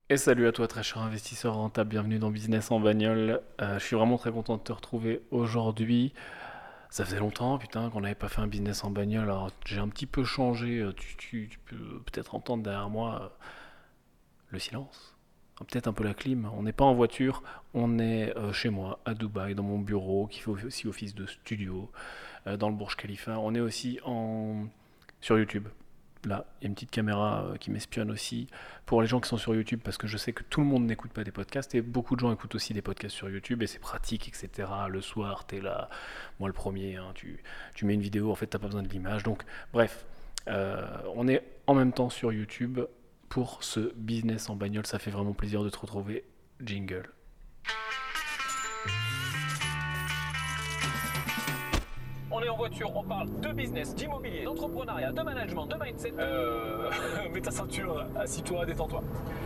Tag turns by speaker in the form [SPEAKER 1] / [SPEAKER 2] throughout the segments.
[SPEAKER 1] Et salut à toi très cher investisseur rentable, bienvenue dans Business en bagnole. Je suis vraiment très content de te retrouver aujourd'hui. Ça faisait longtemps, putain, qu'on n'avait pas fait un business en bagnole. Alors j'ai un petit peu changé, tu peux peut-être entendre derrière moi le silence. Peut-être un peu la clim. On n'est pas en voiture, on est chez moi, à Dubaï, dans mon bureau, qui fait aussi office de studio, dans le Burj Khalifa. On est aussi sur YouTube. Là, il y a une petite caméra qui m'espionne aussi pour les gens qui sont sur YouTube parce que je sais que tout le monde n'écoute pas des podcasts et beaucoup de gens écoutent aussi des podcasts sur YouTube et c'est pratique, etc. Le soir, t'es là, moi le premier, hein, tu mets une vidéo, en fait, t'as pas besoin de l'image. Donc, bref, on est en même temps sur YouTube pour ce business en bagnole. Ça fait vraiment plaisir de te retrouver. Jingle.
[SPEAKER 2] On est en voiture, on parle de business, d'immobilier, d'entrepreneuriat, de management, de mindset. Mets ta ceinture, assis-toi, détends-toi.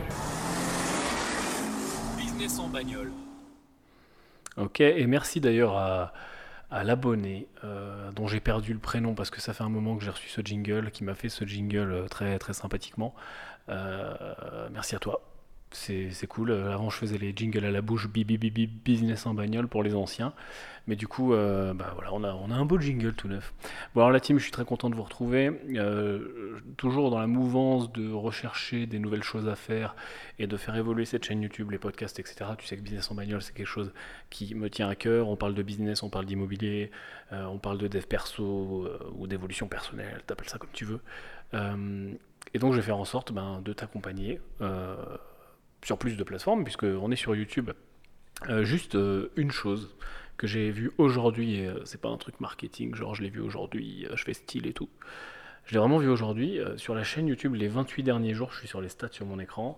[SPEAKER 2] Business en bagnole.
[SPEAKER 1] Ok, et merci d'ailleurs à l'abonné dont j'ai perdu le prénom parce que ça fait un moment que j'ai reçu ce jingle, qui m'a fait ce jingle très très sympathiquement. Merci à toi. C'est cool. Avant, je faisais les jingles à la bouche, bibi bibi business en bagnole pour les anciens. Mais du coup, bah voilà, on a un beau jingle tout neuf. Bon, alors la team, je suis très content de vous retrouver. Toujours dans la mouvance de rechercher des nouvelles choses à faire et de faire évoluer cette chaîne YouTube, les podcasts, etc. Tu sais que business en bagnole, c'est quelque chose qui me tient à cœur. On parle de business, on parle d'immobilier, on parle de dev perso ou d'évolution personnelle, t'appelles ça comme tu veux. Euh, et donc, je vais faire en sorte de t'accompagner sur plus de plateformes, puisqu'on est sur YouTube. Juste une chose que j'ai vue aujourd'hui, et c'est pas un truc marketing, genre je l'ai vu aujourd'hui, je fais style et tout. Je l'ai vraiment vu aujourd'hui sur la chaîne YouTube les 28 derniers jours, je suis sur les stats sur mon écran.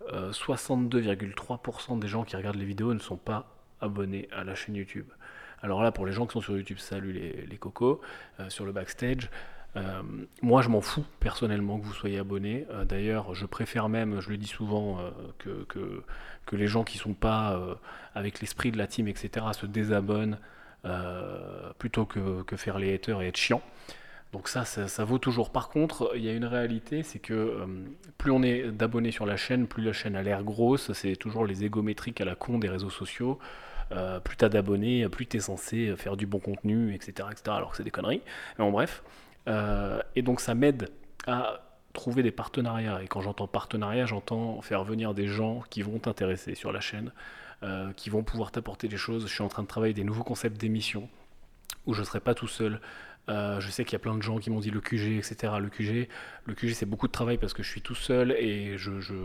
[SPEAKER 1] 62,3% des gens qui regardent les vidéos ne sont pas abonnés à la chaîne YouTube. Alors là, pour les gens qui sont sur YouTube, salut les cocos, sur le backstage. Moi, je m'en fous personnellement que vous soyez abonnés. D'ailleurs, je préfère même, je le dis souvent, que les gens qui sont pas avec l'esprit de la team, etc., se désabonnent plutôt que faire les haters et être chiant. Donc ça vaut toujours. Par contre, il y a une réalité, c'est que plus on est d'abonnés sur la chaîne, plus la chaîne a l'air grosse. C'est toujours les égométriques à la con des réseaux sociaux. Plus t'as d'abonnés, plus t'es censé faire du bon contenu, etc., etc. Alors que c'est des conneries. Mais bon, bref. Et donc ça m'aide à trouver des partenariats. Et quand j'entends partenariat, j'entends faire venir des gens qui vont t'intéresser sur la chaîne, qui vont pouvoir t'apporter des choses. Je suis en train de travailler des nouveaux concepts d'émissions où je ne serai pas tout seul. Je sais qu'il y a plein de gens qui m'ont dit le QG, etc. Le QG c'est beaucoup de travail parce que je suis tout seul et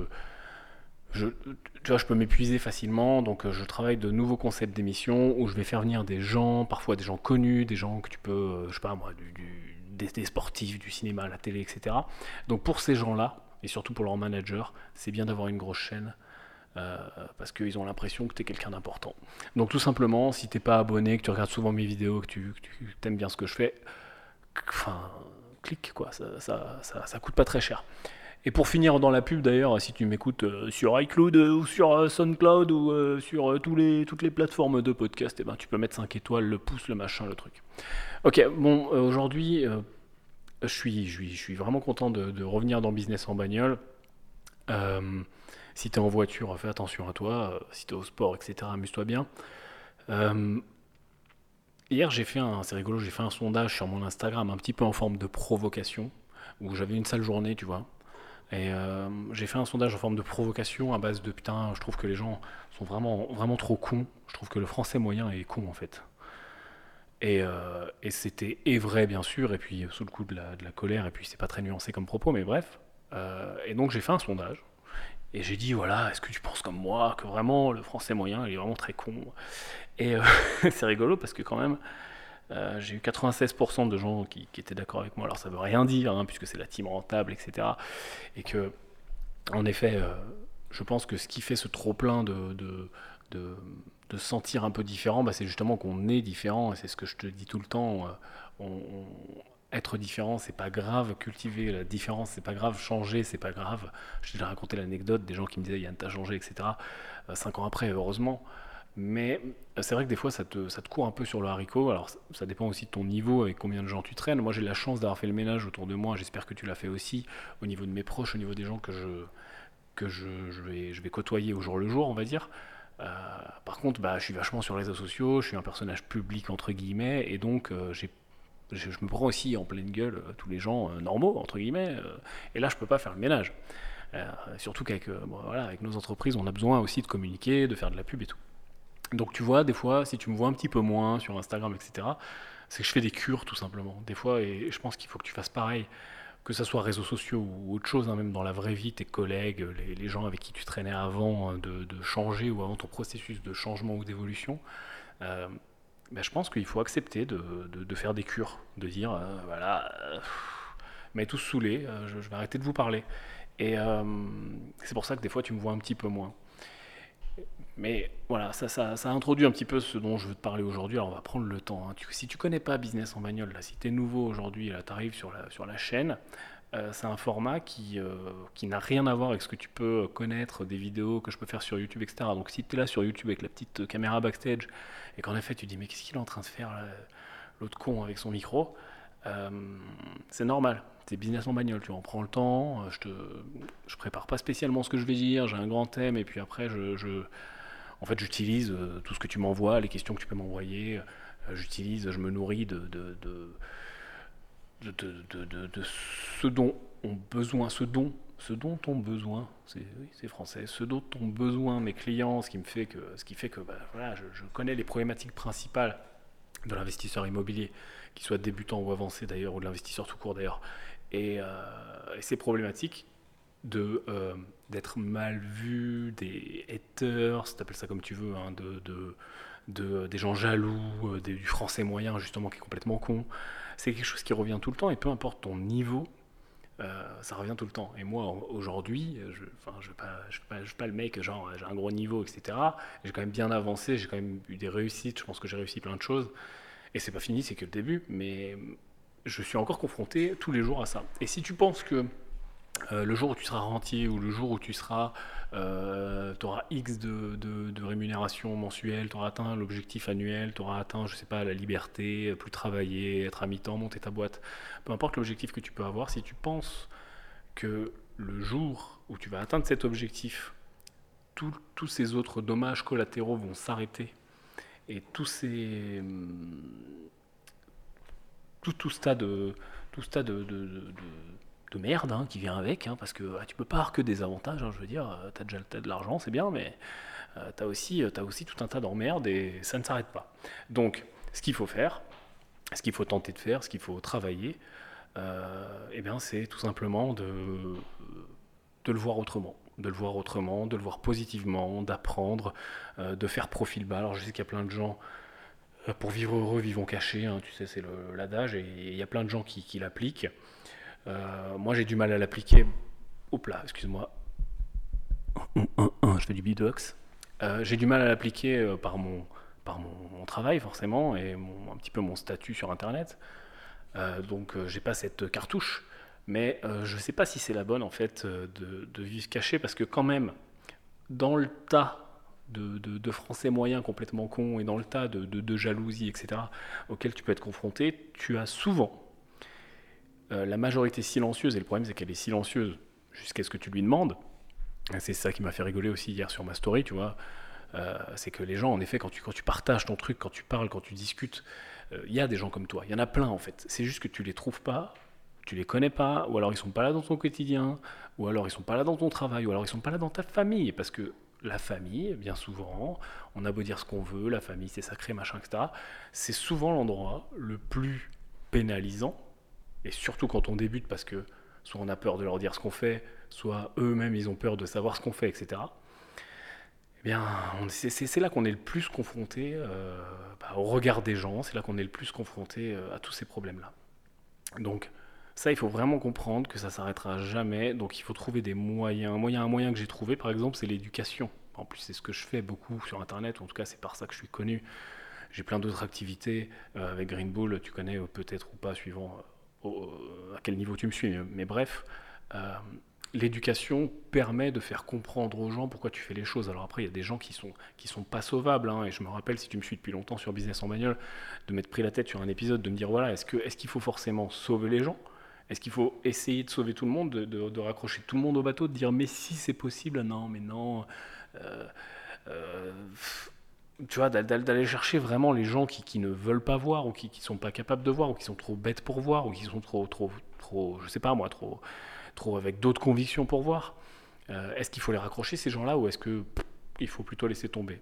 [SPEAKER 1] tu vois, je peux m'épuiser facilement. Donc je travaille de nouveaux concepts d'émissions où je vais faire venir des gens, parfois des gens connus, des gens que tu peux, je sais pas moi, des sportifs, du cinéma, la télé, etc. Donc pour ces gens-là, et surtout pour leurs managers, c'est bien d'avoir une grosse chaîne parce qu'ils ont l'impression que tu es quelqu'un d'important. Donc tout simplement, si t'es pas abonné, que tu regardes souvent mes vidéos, que tu aimes bien ce que je fais, enfin, clique quoi, ça coûte pas très cher. Et pour finir dans la pub d'ailleurs, si tu m'écoutes sur iCloud ou sur SoundCloud ou sur toutes les plateformes de podcast, eh ben, tu peux mettre 5 étoiles, le pouce, le machin, le truc. Ok, bon, aujourd'hui, je suis vraiment content de revenir dans Business en bagnole. Euh, Si tu es en voiture, fais attention à toi. Si tu es au sport, etc., amuse-toi bien. Euh, Hier, c'est rigolo, j'ai fait un sondage sur mon Instagram, un petit peu en forme de provocation, où j'avais une sale journée, tu vois. Et j'ai fait un sondage en forme de provocation à base de putain, je trouve que les gens sont vraiment, vraiment trop cons. Je trouve que le français moyen est con en fait. Et c'était et vrai bien sûr, et puis sous le coup de la colère, et puis c'est pas très nuancé comme propos, mais bref. Et donc j'ai fait un sondage. Et j'ai dit, voilà, est-ce que tu penses comme moi que vraiment le français moyen, il est vraiment très con. Et c'est rigolo parce que quand même, j'ai eu 96% de gens qui étaient d'accord avec moi. Alors ça veut rien dire, hein, puisque c'est la team rentable, etc. Et que, en effet, je pense que ce qui fait ce trop-plein de, de se sentir un peu différent, bah, c'est justement qu'on est différent. Et c'est ce que je te dis tout le temps. Être différent, c'est pas grave. Cultiver la différence, c'est pas grave. Changer, c'est pas grave. J'ai déjà raconté l'anecdote des gens qui me disaient Yann, t'as changé, etc. 5 ans après, heureusement. Mais c'est vrai que des fois, ça te court un peu sur le haricot. Alors, ça dépend aussi de ton niveau et combien de gens tu traînes. Moi, j'ai la chance d'avoir fait le ménage autour de moi. J'espère que tu l'as fait aussi, au niveau de mes proches, au niveau des gens que je vais côtoyer au jour le jour, on va dire. Par contre, je suis vachement sur les réseaux sociaux, je suis un personnage public entre guillemets, et donc je me prends aussi en pleine gueule tous les gens normaux entre guillemets, et là je peux pas faire le ménage. Surtout qu'avec voilà, avec nos entreprises, on a besoin aussi de communiquer, de faire de la pub et tout. Donc tu vois, des fois, si tu me vois un petit peu moins sur Instagram, etc., c'est que je fais des cures tout simplement. Des fois, et je pense qu'il faut que tu fasses pareil, que ce soit réseaux sociaux ou autre chose, hein, même dans la vraie vie, tes collègues, les gens avec qui tu traînais avant de changer ou avant ton processus de changement ou d'évolution. euh, je pense qu'il faut accepter de faire des cures, de dire voilà, mais tous saoulés, je vais arrêter de vous parler. Et c'est pour ça que des fois tu me vois un petit peu moins. Mais voilà, ça introduit un petit peu ce dont je veux te parler aujourd'hui. Alors on va prendre le temps, hein. Si tu connais pas Business en bagnole, là, si tu es nouveau aujourd'hui, là tu arrives sur la chaîne, c'est un format qui n'a rien à voir avec ce que tu peux connaître des vidéos que je peux faire sur YouTube, etc. Donc si tu es là sur YouTube avec la petite caméra backstage et qu'en effet tu te dis mais qu'est-ce qu'il est en train de faire là, l'autre con avec son micro, euh, c'est normal. C'est business en bagnole, tu en prends le temps, je prépare pas spécialement ce que je vais dire, j'ai un grand thème et puis après en fait, j'utilise tout ce que tu m'envoies, les questions que tu peux m'envoyer. Je me nourris de ce dont ont besoin, ce dont ont besoin, oui, c'est français, ce dont ont besoin mes clients, ce qui fait que voilà, je connais les problématiques principales de l'investisseur immobilier, qu'il soit débutant ou avancé d'ailleurs, ou de l'investisseur tout court d'ailleurs. Et ces problématiques d'être mal vu, des haters, t'appelles ça comme tu veux, hein, des gens jaloux, du français moyen justement qui est complètement con. C'est quelque chose qui revient tout le temps et peu importe ton niveau, ça revient tout le temps. Et moi aujourd'hui, je suis pas le mec genre j'ai un gros niveau, etc. J'ai quand même bien avancé, j'ai quand même eu des réussites, je pense que j'ai réussi plein de choses. Et c'est pas fini, c'est que le début, mais je suis encore confronté tous les jours à ça. Et si tu penses que le jour où tu seras rentier ou le jour où tu seras, auras X de rémunération mensuelle, tu auras atteint l'objectif annuel, tu auras atteint, je sais pas, la liberté, plus travailler, être à mi-temps, monter ta boîte, peu importe l'objectif que tu peux avoir, si tu penses que le jour où tu vas atteindre cet objectif, tous ces autres dommages collatéraux vont s'arrêter et tout ce tas de merde qui vient avec, hein, parce que tu peux pas avoir que des avantages, hein, je veux dire, tu as déjà de l'argent, c'est bien, mais t'as aussi tout un tas d'emmerdes et ça ne s'arrête pas. Donc, ce qu'il faut faire, ce qu'il faut tenter de faire, ce qu'il faut travailler, c'est tout simplement de le voir autrement. De le voir autrement, de le voir positivement, d'apprendre, de faire profil bas. Alors je sais qu'il y a plein de gens, pour vivre heureux, vivons cachés, hein, tu sais, c'est l'adage, et il y a plein de gens qui l'appliquent. Moi, j'ai du mal à l'appliquer. Hop là, excuse-moi. Je fais du beatbox. J'ai du mal à l'appliquer par mon travail, forcément, et un petit peu mon statut sur Internet. Donc, j'ai pas cette cartouche. Mais je sais pas si c'est la bonne, en fait, de vivre caché, parce que quand même, dans le tas de français moyens complètement cons et dans le tas de jalousie, etc., auxquels tu peux être confronté, tu as souvent la majorité silencieuse, et le problème c'est qu'elle est silencieuse jusqu'à ce que tu lui demandes. C'est ça qui m'a fait rigoler aussi hier sur ma story, tu vois. C'est que les gens, en effet, quand tu partages ton truc, quand tu parles, quand tu discutes, il y a des gens comme toi. Il y en a plein, en fait. C'est juste que tu les trouves pas, tu les connais pas, ou alors ils sont pas là dans ton quotidien, ou alors ils sont pas là dans ton travail, ou alors ils sont pas là dans ta famille. Parce que la famille, bien souvent, on a beau dire ce qu'on veut, la famille c'est sacré, machin, etc. C'est souvent l'endroit le plus pénalisant, et surtout quand on débute, parce que soit on a peur de leur dire ce qu'on fait, soit eux-mêmes ils ont peur de savoir ce qu'on fait, etc. Eh bien, c'est là qu'on est le plus confronté au regard des gens, c'est là qu'on est le plus confronté à tous ces problèmes-là. Donc ça, il faut vraiment comprendre que ça s'arrêtera jamais, donc il faut trouver des moyens. Un moyen que j'ai trouvé, par exemple, c'est l'éducation. En plus, c'est ce que je fais beaucoup sur Internet, ou en tout cas c'est par ça que je suis connu. J'ai plein d'autres activités avec Green Bull, tu connais peut-être ou pas, suivant à quel niveau tu me suis, mais bref, euh, l'éducation permet de faire comprendre aux gens pourquoi tu fais les choses. Alors après, il y a des gens qui sont pas sauvables, hein, et je me rappelle, si tu me suis depuis longtemps sur Business en bagnole, de m'être pris la tête sur un épisode, de me dire voilà, est-ce qu'il faut forcément sauver les gens? Est-ce qu'il faut essayer de sauver tout le monde, de raccrocher tout le monde au bateau, de dire mais si c'est possible, ah non, mais non. euh, euh, Tu vois, d'aller chercher vraiment les gens qui ne veulent pas voir, ou qui ne sont pas capables de voir, ou qui sont trop bêtes pour voir, ou qui sont trop, je sais pas moi, trop avec d'autres convictions pour voir. Est-ce qu'il faut les raccrocher ces gens-là, ou est-ce que il faut plutôt laisser tomber?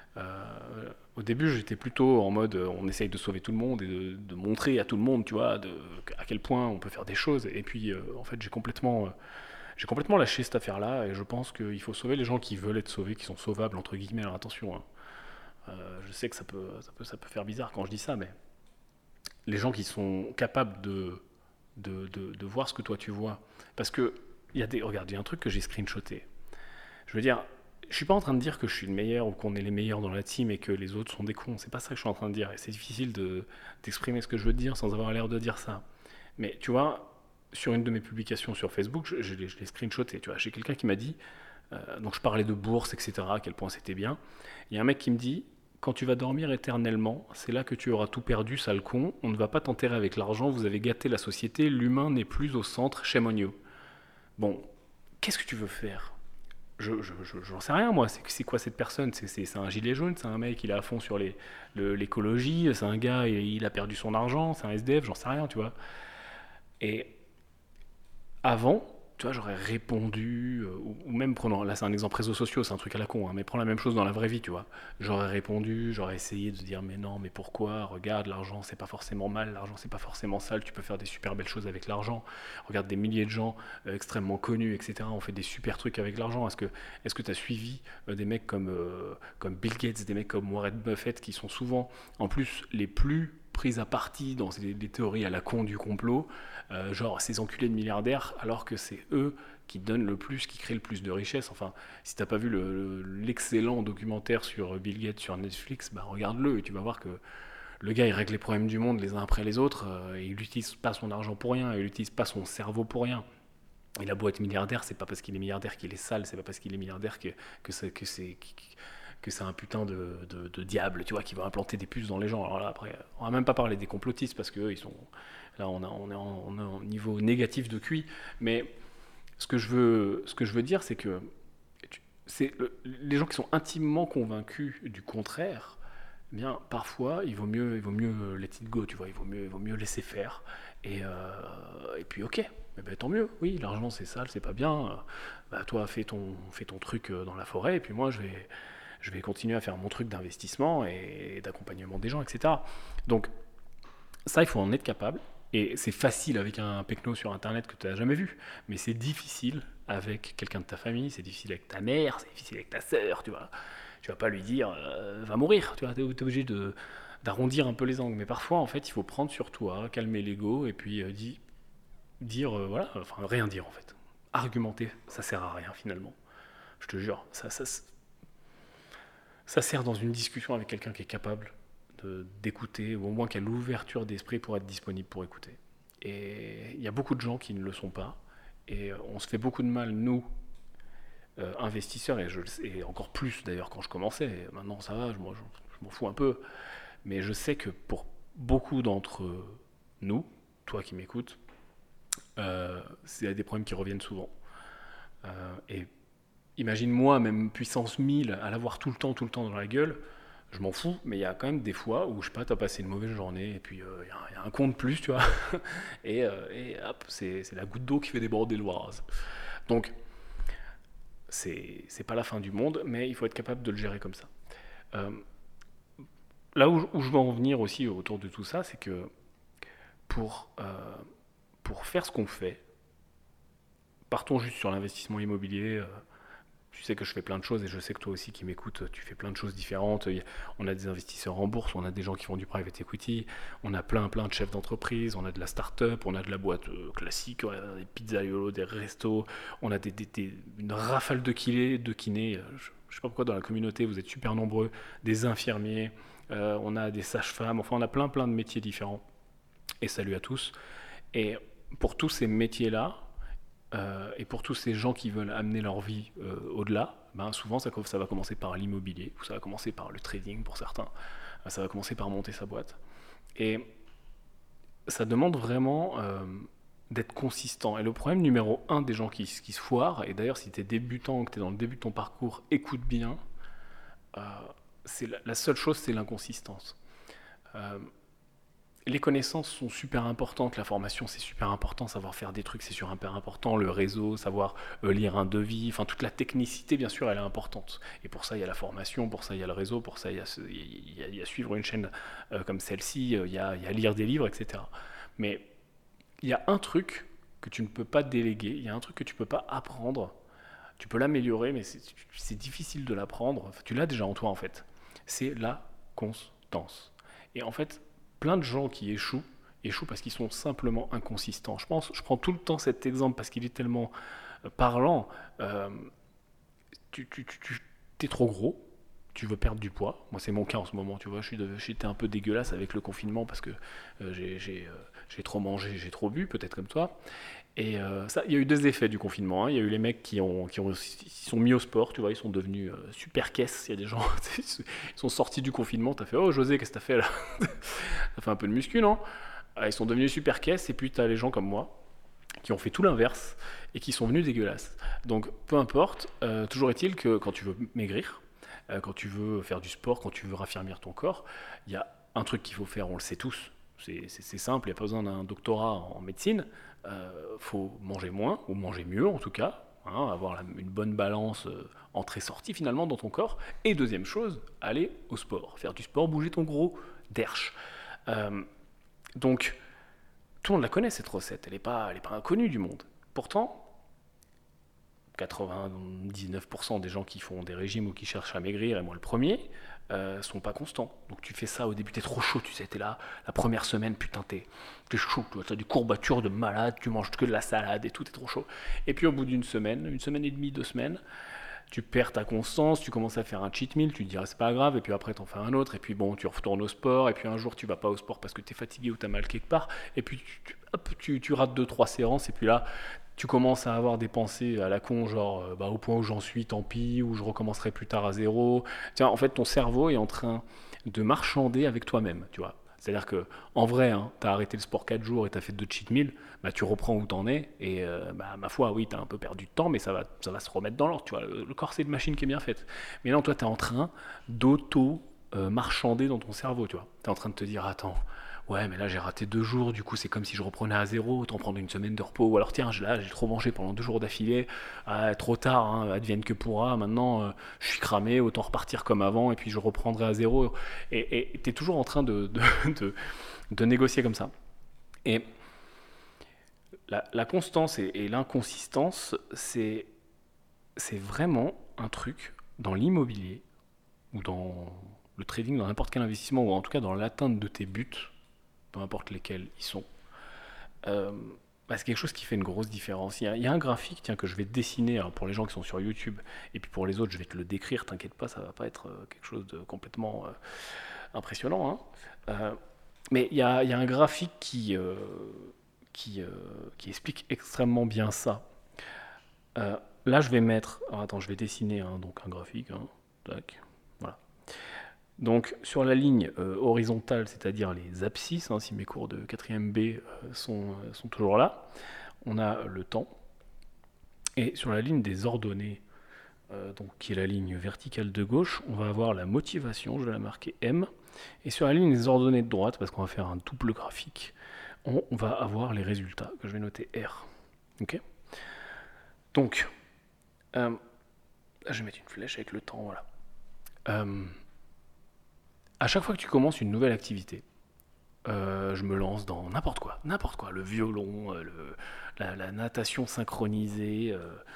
[SPEAKER 1] Au début, j'étais plutôt en mode on essaye de sauver tout le monde et de montrer à tout le monde, tu vois, à quel point on peut faire des choses. Et puis, en fait, j'ai complètement lâché cette affaire-là, et je pense qu'il faut sauver les gens qui veulent être sauvés, qui sont sauvables, entre guillemets. Alors attention, hein. Je sais que ça peut faire bizarre quand je dis ça, mais les gens qui sont capables de voir ce que toi tu vois. Parce que, regarde, il y a un truc que j'ai screenshoté. Je veux dire, je suis pas en train de dire que je suis le meilleur ou qu'on est les meilleurs dans la team et que les autres sont des cons. C'est pas ça que je suis en train de dire. Et c'est difficile d'exprimer ce que je veux dire sans avoir l'air de dire ça. Mais tu vois, sur une de mes publications sur Facebook, je l'ai screenshoté. Tu vois, j'ai quelqu'un qui m'a dit, donc je parlais de bourse, etc., à quel point c'était bien. Il y a un mec qui me dit, quand tu vas dormir éternellement, c'est là que tu auras tout perdu, sale con. On ne va pas t'enterrer avec l'argent, vous avez gâté la société, l'humain n'est plus au centre, shame on you. Bon, qu'est-ce que tu veux faire? J'en sais rien, moi. C'est quoi cette personne? C'est un gilet jaune? C'est un mec, il est à fond sur l'écologie? C'est un gars, il a perdu son argent? C'est un SDF? J'en sais rien, tu vois. Et avant, tu vois, j'aurais répondu, ou même prenant, là c'est un exemple réseaux sociaux, c'est un truc à la con, hein, mais prends la même chose dans la vraie vie, tu vois. J'aurais répondu, j'aurais essayé de dire, mais non, mais pourquoi? Regarde, l'argent c'est pas forcément mal, l'argent c'est pas forcément sale, tu peux faire des super belles choses avec l'argent. Regarde des milliers de gens extrêmement connus, etc. ont fait des super trucs avec l'argent. Est-ce que tu as suivi des mecs comme Bill Gates, des mecs comme Warren Buffett, qui sont souvent, en plus, les plus prise à partie dans des théories à la con du complot, genre ces enculés de milliardaires, alors que c'est eux qui donnent le plus, qui créent le plus de richesse. Enfin, si t'as pas vu l'excellent documentaire sur Bill Gates sur Netflix, bah regarde-le et tu vas voir que le gars il règle les problèmes du monde les uns après les autres, et il n'utilise pas son argent pour rien, il n'utilise pas son cerveau pour rien. Il a beau être milliardaire, c'est pas parce qu'il est milliardaire qu'il est sale, c'est pas parce qu'il est milliardaire que c'est un putain de diable, tu vois, qui va implanter des puces dans les gens. Alors là, après, on va même pas parler des complotistes parce que ils sont là, on est en niveau négatif de QI. Mais ce que je veux dire, c'est que les gens qui sont intimement convaincus du contraire. Eh bien, parfois, il vaut mieux let it go, tu vois, il vaut mieux laisser faire. Et puis, ok, eh ben, tant mieux. Oui, l'argent c'est sale, c'est pas bien. Bah, toi, fais ton truc dans la forêt, et puis moi, je vais continuer à faire mon truc d'investissement et d'accompagnement des gens, etc. Donc ça, il faut en être capable. Et c'est facile avec un pecno sur Internet que tu n'as jamais vu. Mais c'est difficile avec quelqu'un de ta famille, c'est difficile avec ta mère, c'est difficile avec ta sœur, tu vois. Tu vas pas lui dire, va mourir, tu vois. T'es obligé d'arrondir un peu les angles. Mais parfois, en fait, il faut prendre sur toi, calmer l'ego, et puis dire, voilà, enfin, rien dire, en fait. Argumenter, ça sert à rien, finalement. Je te jure, ça sert dans une discussion avec quelqu'un qui est capable d'écouter, ou au moins qui a l'ouverture d'esprit pour être disponible pour écouter. Et il y a beaucoup de gens qui ne le sont pas, et on se fait beaucoup de mal, nous, investisseurs, et encore plus d'ailleurs quand je commençais. Maintenant ça va, je m'en fous un peu, mais je sais que pour beaucoup d'entre nous, toi qui m'écoutes, c'est des problèmes qui reviennent souvent. Et imagine moi, même puissance 1000, à l'avoir tout le temps dans la gueule, je m'en fous, mais il y a quand même des fois où, je sais pas, t'as passé une mauvaise journée, et puis y a un con de plus, tu vois, et hop, c'est la goutte d'eau qui fait déborder le vase. Donc, c'est pas la fin du monde, mais il faut être capable de le gérer comme ça. Euh, Là où je veux en venir aussi autour de tout ça, c'est que pour, euh, pour faire ce qu'on fait, partons juste sur l'investissement immobilier. Tu sais que je fais plein de choses, et je sais que toi aussi qui m'écoutes, tu fais plein de choses différentes. On a des investisseurs en bourse, on a des gens qui font du private equity, on a plein de chefs d'entreprise, on a de la start-up, on a de la boîte classique, on a des pizzaiolos, des restos, on a une rafale de kinés. Je sais pas pourquoi dans la communauté vous êtes super nombreux, des infirmiers, on a des sages-femmes, enfin on a plein de métiers différents. Et salut à tous. Et pour tous ces métiers-là, et pour tous ces gens qui veulent amener leur vie au-delà, ben souvent ça va commencer par l'immobilier, ou ça va commencer par le trading pour certains, ça va commencer par monter sa boîte. Et ça demande vraiment d'être consistant. Et le problème numéro un des gens qui se foirent, et d'ailleurs si tu es débutant, que tu es dans le début de ton parcours, écoute bien, euh, c'est la seule chose, c'est l'inconsistance. Euh, les connaissances sont super importantes, la formation c'est super important, savoir faire des trucs c'est super important, le réseau, savoir lire un devis, enfin toute la technicité bien sûr elle est importante. Et pour ça il y a la formation, pour ça il y a le réseau, pour ça il y a suivre une chaîne comme celle-ci, il y a lire des livres, etc. Mais il y a un truc que tu ne peux pas déléguer, il y a un truc que tu ne peux pas apprendre, tu peux l'améliorer mais c'est difficile de l'apprendre, enfin, tu l'as déjà en toi en fait, c'est la constance. Et en fait, plein de gens qui échouent parce qu'ils sont simplement inconsistants. Je prends tout le temps cet exemple parce qu'il est tellement parlant. Euh, tu es trop gros, tu veux perdre du poids. Moi, c'est mon cas en ce moment, tu vois. J'étais un peu dégueulasse avec le confinement parce que j'ai trop mangé, j'ai trop bu, peut-être comme toi. Et ça, il y a eu deux effets du confinement, hein. Il y a eu les mecs ils sont mis au sport, tu vois, ils sont devenus super caisses. Il y a des gens, ils sont sortis du confinement. T'as fait, oh José, qu'est-ce que t'as fait là? T'as fait un peu de muscu, non? Ils sont devenus super caisses. Et puis t'as les gens comme moi qui ont fait tout l'inverse et qui sont venus dégueulasses. Donc peu importe, toujours est-il que quand tu veux maigrir, quand tu veux faire du sport, quand tu veux raffermir ton corps, il y a un truc qu'il faut faire, on le sait tous. C'est simple, il n'y a pas besoin d'un doctorat en médecine. Faut manger moins, ou manger mieux en tout cas, hein, avoir une bonne balance entrée-sortie finalement dans ton corps. Et deuxième chose, aller au sport. Faire du sport, bouger ton gros derche. Euh, donc, tout le monde la connaît cette recette, elle est pas inconnue du monde. Pourtant, 99% des gens qui font des régimes ou qui cherchent à maigrir, et moi le premier, sont pas constants. Donc tu fais ça au début, t'es trop chaud, tu sais, t'es là, la première semaine, putain, t'es chaud, t'as des courbatures de malade, tu manges que de la salade et tout, t'es trop chaud. Et puis au bout une semaine et demie, 2 semaines, tu perds ta constance, tu commences à faire un cheat meal, tu te dis ah, c'est pas grave, et puis après t'en fais un autre, et puis bon, tu retournes au sport, et puis un jour tu vas pas au sport parce que t'es fatigué ou t'as mal quelque part, et puis hop, tu rates 2 3 séances, et puis là, tu commences à avoir des pensées à la con, genre bah, au point où j'en suis, tant pis, ou je recommencerai plus tard à zéro. Tiens, en fait, ton cerveau est en train de marchander avec toi-même, tu vois. C'est-à-dire que, en vrai, hein, tu as arrêté le sport 4 jours et tu as fait 2 cheat meals, bah, tu reprends où tu en es, et bah, ma foi, oui, tu as un peu perdu de temps, mais ça va se remettre dans l'ordre, tu vois. Le corps, c'est une machine qui est bien faite. Mais non, toi, tu es en train d'auto-marchander dans ton cerveau, tu vois. Tu es en train de te dire, attends, ouais, mais là j'ai raté 2 jours, du coup c'est comme si je reprenais à zéro, autant prendre une semaine de repos. Ou alors tiens, là j'ai trop mangé pendant 2 jours d'affilée, ah, trop tard, hein, advienne que pourra, maintenant je suis cramé, autant repartir comme avant et puis je reprendrai à zéro. Et t'es toujours en train de négocier comme ça. Et la constance et l'inconsistance, c'est vraiment un truc dans l'immobilier ou dans le trading, dans n'importe quel investissement, ou en tout cas dans l'atteinte de tes buts, peu importe lesquels ils sont, euh, bah, c'est quelque chose qui fait une grosse différence. Il y a un graphique tiens, que je vais dessiner alors pour les gens qui sont sur YouTube, et puis pour les autres, je vais te le décrire, t'inquiète pas, ça va pas être quelque chose de complètement impressionnant, hein. Mais il y a un graphique qui, euh, qui explique extrêmement bien ça. Euh, Là, je vais mettre. Alors, attends, je vais dessiner hein, donc un graphique, hein. Tac. Voilà. Donc sur la ligne horizontale, c'est-à-dire les abscisses, hein, si mes cours de 4ème B sont toujours là, on a le temps. Et sur la ligne des ordonnées, donc, qui est la ligne verticale de gauche, on va avoir la motivation, je vais la marquer M. Et sur la ligne des ordonnées de droite, parce qu'on va faire un double graphique, on va avoir les résultats, que je vais noter R. Ok. Donc, je vais mettre une flèche avec le temps, voilà. Euh, à chaque fois que tu commences une nouvelle activité, je me lance dans n'importe quoi, le violon, la natation synchronisée,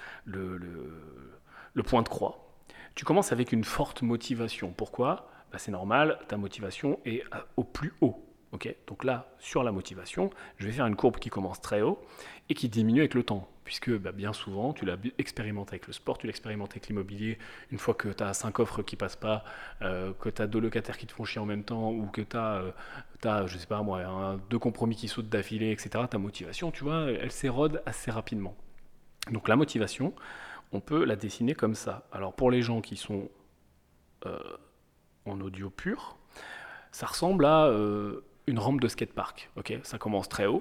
[SPEAKER 1] le point de croix. Tu commences avec une forte motivation. Pourquoi? Bah, c'est normal, ta motivation est au plus haut. Okay, donc là, sur la motivation, je vais faire une courbe qui commence très haut et qui diminue avec le temps. Puisque bah, bien souvent, tu l'as expérimenté avec le sport, tu l'expérimentes avec l'immobilier. Une fois que tu as 5 offres qui passent pas, que tu as 2 locataires qui te font chier en même temps, ou que tu as, je sais pas moi, 2 compromis qui sautent d'affilée, etc., ta motivation, tu vois, elle s'érode assez rapidement. Donc la motivation, on peut la dessiner comme ça. Alors pour les gens qui sont euh, en audio pur, ça ressemble à une rampe de skatepark. Okay, ça commence très haut,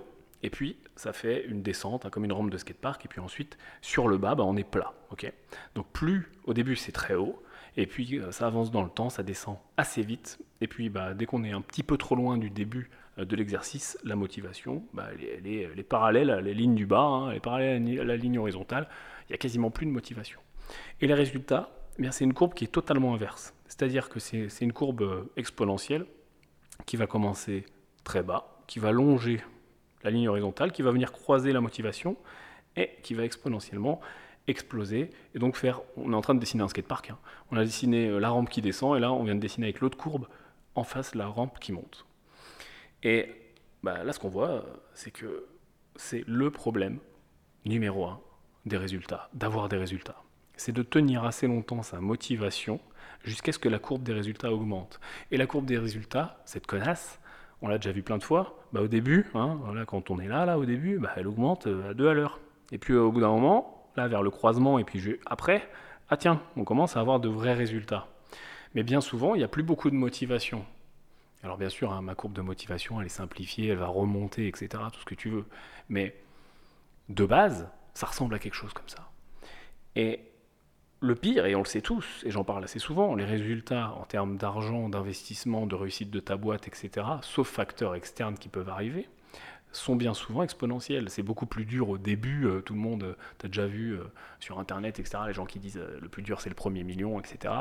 [SPEAKER 1] et puis ça fait une descente, hein, comme une rampe de skatepark, et puis ensuite, sur le bas, on est plat. Okay, donc plus, au début, c'est très haut, et puis ça avance dans le temps, ça descend assez vite, et puis dès qu'on est un petit peu trop loin du début de l'exercice, la motivation, elle est parallèle à la ligne du bas, hein, elle est parallèle à la ligne horizontale, il n'y a quasiment plus de motivation. Et les résultats, c'est une courbe qui est totalement inverse. C'est-à-dire que c'est une courbe exponentielle qui va commencer très bas, qui va longer la ligne horizontale, qui va venir croiser la motivation et qui va exponentiellement exploser. Et donc on est en train de dessiner un skatepark. Hein. On a dessiné la rampe qui descend et là on vient de dessiner avec l'autre courbe en face la rampe qui monte. Et là ce qu'on voit, c'est que c'est le problème numéro 1 des résultats, d'avoir des résultats. C'est de tenir assez longtemps sa motivation jusqu'à ce que la courbe des résultats augmente. Et la courbe des résultats, cette connasse, on l'a déjà vu plein de fois, au début, hein, voilà, quand on est là au début, elle augmente à 2 à l'heure. Et puis au bout d'un moment, là vers le croisement, et puis après, on commence à avoir de vrais résultats. Mais bien souvent, il n'y a plus beaucoup de motivation. Alors bien sûr, hein, ma courbe de motivation, elle est simplifiée, elle va remonter, etc., tout ce que tu veux. Mais de base, ça ressemble à quelque chose comme ça. Et le pire, et on le sait tous, et j'en parle assez souvent, les résultats en termes d'argent, d'investissement, de réussite de ta boîte, etc., sauf facteurs externes qui peuvent arriver, sont bien souvent exponentiels. C'est beaucoup plus dur au début, tout le monde, t'as déjà vu sur Internet, etc., les gens qui disent le plus dur c'est le premier million, etc.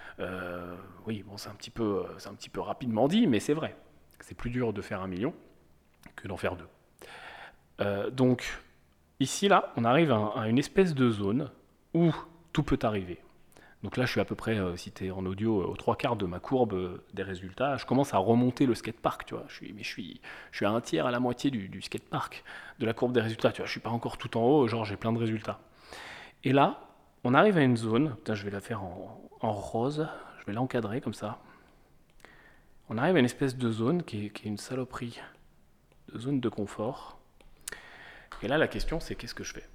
[SPEAKER 1] Oui, c'est un petit peu rapidement dit, mais c'est vrai. C'est plus dur de faire 1 million que d'en faire 2. Donc, ici, là, on arrive à une espèce de zone où tout peut arriver. Donc là, je suis à peu près, si tu es en audio, aux 3/4 de ma courbe des résultats. Je commence à remonter le skatepark, tu vois. Je suis à un tiers, à la moitié du skatepark, de la courbe des résultats, tu vois. Je suis pas encore tout en haut, genre j'ai plein de résultats. Et là, on arrive à une zone, je vais la faire en rose, je vais l'encadrer comme ça. On arrive à une espèce de zone qui est une saloperie, de zone de confort. Et là, la question, c'est qu'est-ce que je fais ?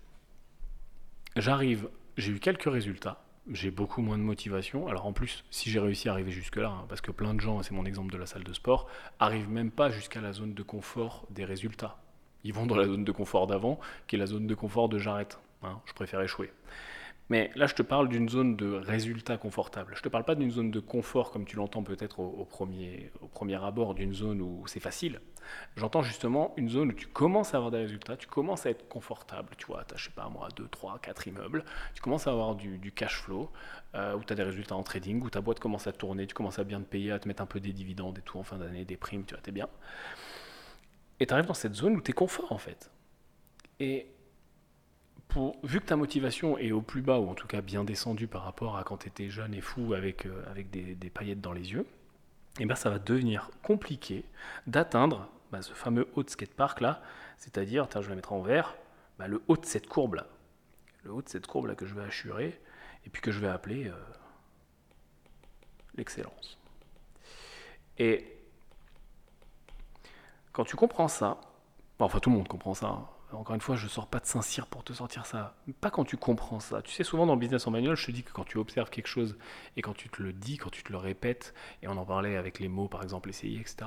[SPEAKER 1] J'ai eu quelques résultats, j'ai beaucoup moins de motivation. Alors en plus, si j'ai réussi à arriver jusque-là, hein, parce que plein de gens, c'est mon exemple de la salle de sport, arrivent même pas jusqu'à la zone de confort des résultats. Ils vont dans la zone de confort d'avant, qui est la zone de confort de j'arrête. Hein, je préfère échouer. Mais là, je te parle d'une zone de résultat confortable. Je ne te parle pas d'une zone de confort comme tu l'entends peut-être au premier abord, d'une zone où c'est facile. J'entends justement une zone où tu commences à avoir des résultats, tu commences à être confortable. Tu vois, tu as, je sais pas moi, 2, 3, 4 immeubles. Tu commences à avoir du cash flow, où tu as des résultats en trading, où ta boîte commence à tourner, tu commences à bien te payer, à te mettre un peu des dividendes et tout en fin d'année, des primes, tu vois, t'es bien. Et tu arrives dans cette zone où tu es confort en fait. Et vu que ta motivation est au plus bas, ou en tout cas bien descendue par rapport à quand tu étais jeune et fou avec des paillettes dans les yeux, et ça va devenir compliqué d'atteindre ce fameux haut de skatepark là, c'est-à-dire, je vais le mettre en vert, le haut de cette courbe là. Le haut de cette courbe là que je vais assurer, et puis que je vais appeler l'excellence. Et quand tu comprends ça, enfin tout le monde comprend ça, hein. Encore une fois, je ne sors pas de Saint-Cyr pour te sortir ça. Pas quand tu comprends ça. Tu sais, souvent dans le business en manual, je te dis que quand tu observes quelque chose et quand tu te le dis, quand tu te le répètes, et on en parlait avec les mots, par exemple, essayer, etc.,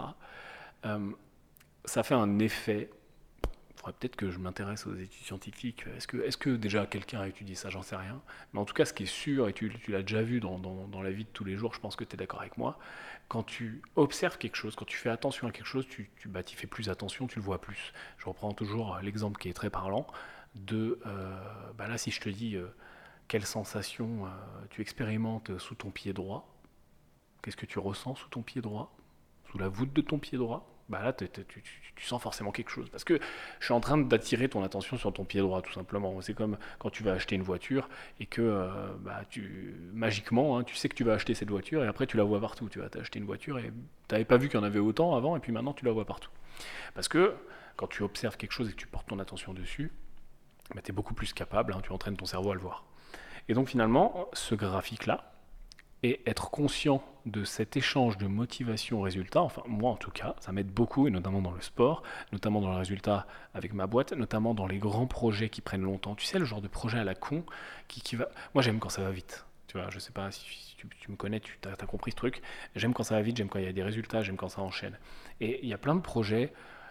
[SPEAKER 1] ça fait un effet. Il faudrait peut-être que je m'intéresse aux études scientifiques. Est-ce que déjà quelqu'un a étudié ça ? J'en sais rien. Mais en tout cas, ce qui est sûr, et tu l'as déjà vu dans la vie de tous les jours, je pense que tu es d'accord avec moi, quand tu observes quelque chose, quand tu fais attention à quelque chose, tu fais plus attention, tu le vois plus. Je reprends toujours l'exemple qui est très parlant de, là, si je te dis quelle sensation tu expérimentes sous ton pied droit, qu'est-ce que tu ressens sous ton pied droit, sous la voûte de ton pied droit ? Là, tu sens forcément quelque chose. Parce que je suis en train d'attirer ton attention sur ton pied droit, tout simplement. C'est comme quand tu vas acheter une voiture et que, magiquement, hein, tu sais que tu vas acheter cette voiture et après tu la vois partout. Tu as acheté une voiture et tu n'avais pas vu qu'il y en avait autant avant et puis maintenant tu la vois partout. Parce que quand tu observes quelque chose et que tu portes ton attention dessus, tu es beaucoup plus capable, hein, tu entraînes ton cerveau à le voir. Et donc finalement, ce graphique-là, et être conscient de cet échange de motivation-résultat, enfin moi en tout cas, ça m'aide beaucoup, et notamment dans le sport, notamment dans le résultat avec ma boîte, notamment dans les grands projets qui prennent longtemps. Tu sais, le genre de projet à la con qui va... Moi j'aime quand ça va vite, tu vois, je sais pas si tu me connais, tu as compris ce truc. J'aime quand ça va vite, j'aime quand il y a des résultats, j'aime quand ça enchaîne. Et il y a plein de projets,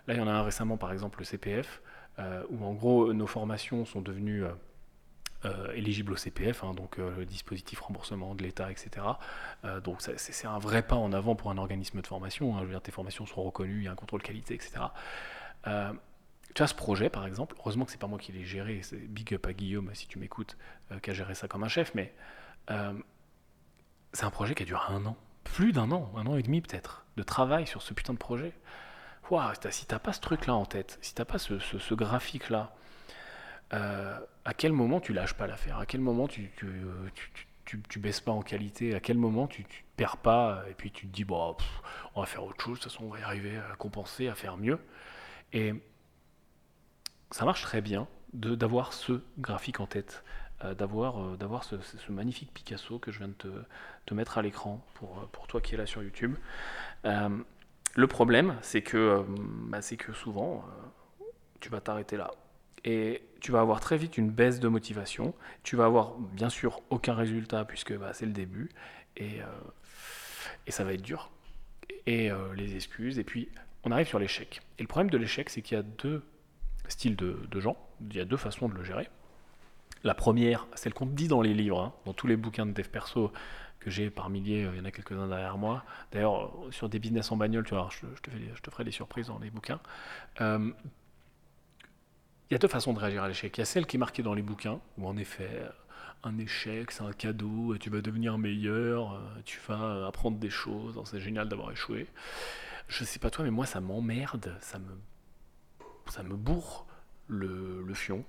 [SPEAKER 1] Là, il y en a un récemment, par exemple, le CPF, où en gros, nos formations sont devenues éligibles au CPF, hein, donc le dispositif remboursement de l'État, etc. Donc c'est un vrai pas en avant pour un organisme de formation. Hein. Je veux dire, tes formations sont reconnues, il y a un contrôle qualité, etc. Euh, Tu as ce projet, par exemple, heureusement que c'est pas moi qui l'ai géré, c'est big up à Guillaume, si tu m'écoutes, qui a géré ça comme un chef, mais euh, c'est un projet qui a duré un an, plus un an et demi peut-être, de travail sur ce putain de projet. Ouah, si t'as pas ce truc-là en tête, si t'as pas ce graphique-là, à quel moment tu lâches pas l'affaire? À quel moment tu baisses pas en qualité? À quel moment tu te perds pas et puis tu te dis, bon, on va faire autre chose, de toute façon on va y arriver à compenser, à faire mieux. Et ça marche très bien d'avoir ce graphique en tête, d'avoir ce magnifique Picasso que je viens de te mettre à l'écran pour toi qui es là sur YouTube. Euh, le problème, c'est que souvent, tu vas t'arrêter là. Et tu vas avoir très vite une baisse de motivation. Tu vas avoir bien sûr aucun résultat puisque c'est le début. Et, euh, et ça va être dur. Et les excuses. Et puis, on arrive sur l'échec. Et le problème de l'échec, c'est qu'il y a deux styles de gens. Il y a deux façons de le gérer. La première, celle qu'on te dit dans les livres, hein, dans tous les bouquins de dev perso que j'ai par milliers, il y en a quelques-uns derrière moi. D'ailleurs, sur des business en bagnole, tu vois, je te ferai des surprises dans les bouquins. Euh, il y a deux façons de réagir à l'échec. Il y a celle qui est marquée dans les bouquins, où en effet, un échec, c'est un cadeau, tu vas devenir meilleur, tu vas apprendre des choses, c'est génial d'avoir échoué. Je sais pas toi, mais moi ça m'emmerde, ça me bourre le fion.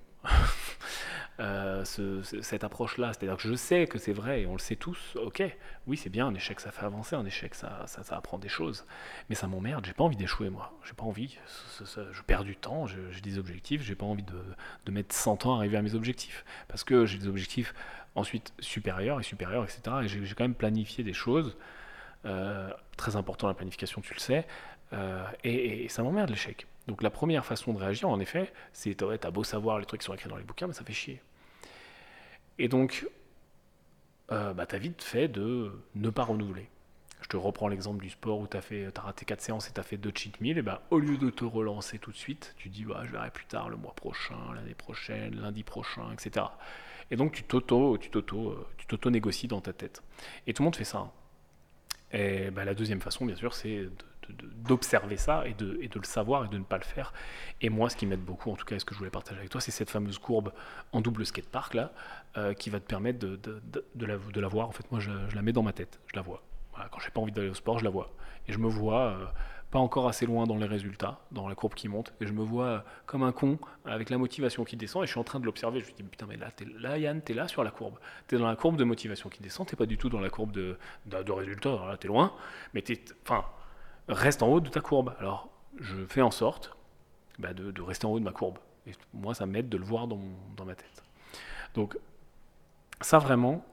[SPEAKER 1] Cette approche-là, c'est-à-dire que je sais que c'est vrai et on le sait tous, ok, oui c'est bien, un échec ça fait avancer, un échec ça apprend des choses, mais ça m'emmerde, j'ai pas envie d'échouer moi, j'ai pas envie, je perds du temps, j'ai des objectifs, j'ai pas envie de mettre 100 ans à arriver à mes objectifs, parce que j'ai des objectifs ensuite supérieurs, etc. Et j'ai quand même planifié des choses, très important la planification, tu le sais, et ça m'emmerde l'échec. Donc la première façon de réagir, en effet, c'est ouais, t'as beau savoir les trucs qui sont écrits dans les bouquins, mais ça fait chier. Et donc, t'as vite fait de ne pas renouveler. Je te reprends l'exemple du sport où t'as raté 4 séances et t'as fait 2 cheat meals, et au lieu de te relancer tout de suite, tu dis je verrai plus tard, le mois prochain, l'année prochaine, lundi prochain, etc. Et donc tu t'auto-négocies dans ta tête. Et tout le monde fait ça. Hein. Et la deuxième façon, bien sûr, c'est d'observer ça et de le savoir et de ne pas le faire. Et moi, ce qui m'aide beaucoup, en tout cas, ce que je voulais partager avec toi, c'est cette fameuse courbe en double skatepark là, qui va te permettre de la voir. En fait, moi, je la mets dans ma tête, je la vois. Voilà, quand j'ai pas envie d'aller au sport, je la vois. Et je me vois pas encore assez loin dans les résultats, dans la courbe qui monte, et je me vois comme un con, avec la motivation qui descend, et je suis en train de l'observer. Je me dis, putain, mais là, Yann, t'es là sur la courbe. T'es dans la courbe de motivation qui descend, t'es pas du tout dans la courbe de résultats. Alors là, t'es loin, mais reste en haut de ta courbe. Alors, je fais en sorte de rester en haut de ma courbe. Et moi, ça m'aide de le voir dans ma tête. Donc, ça vraiment,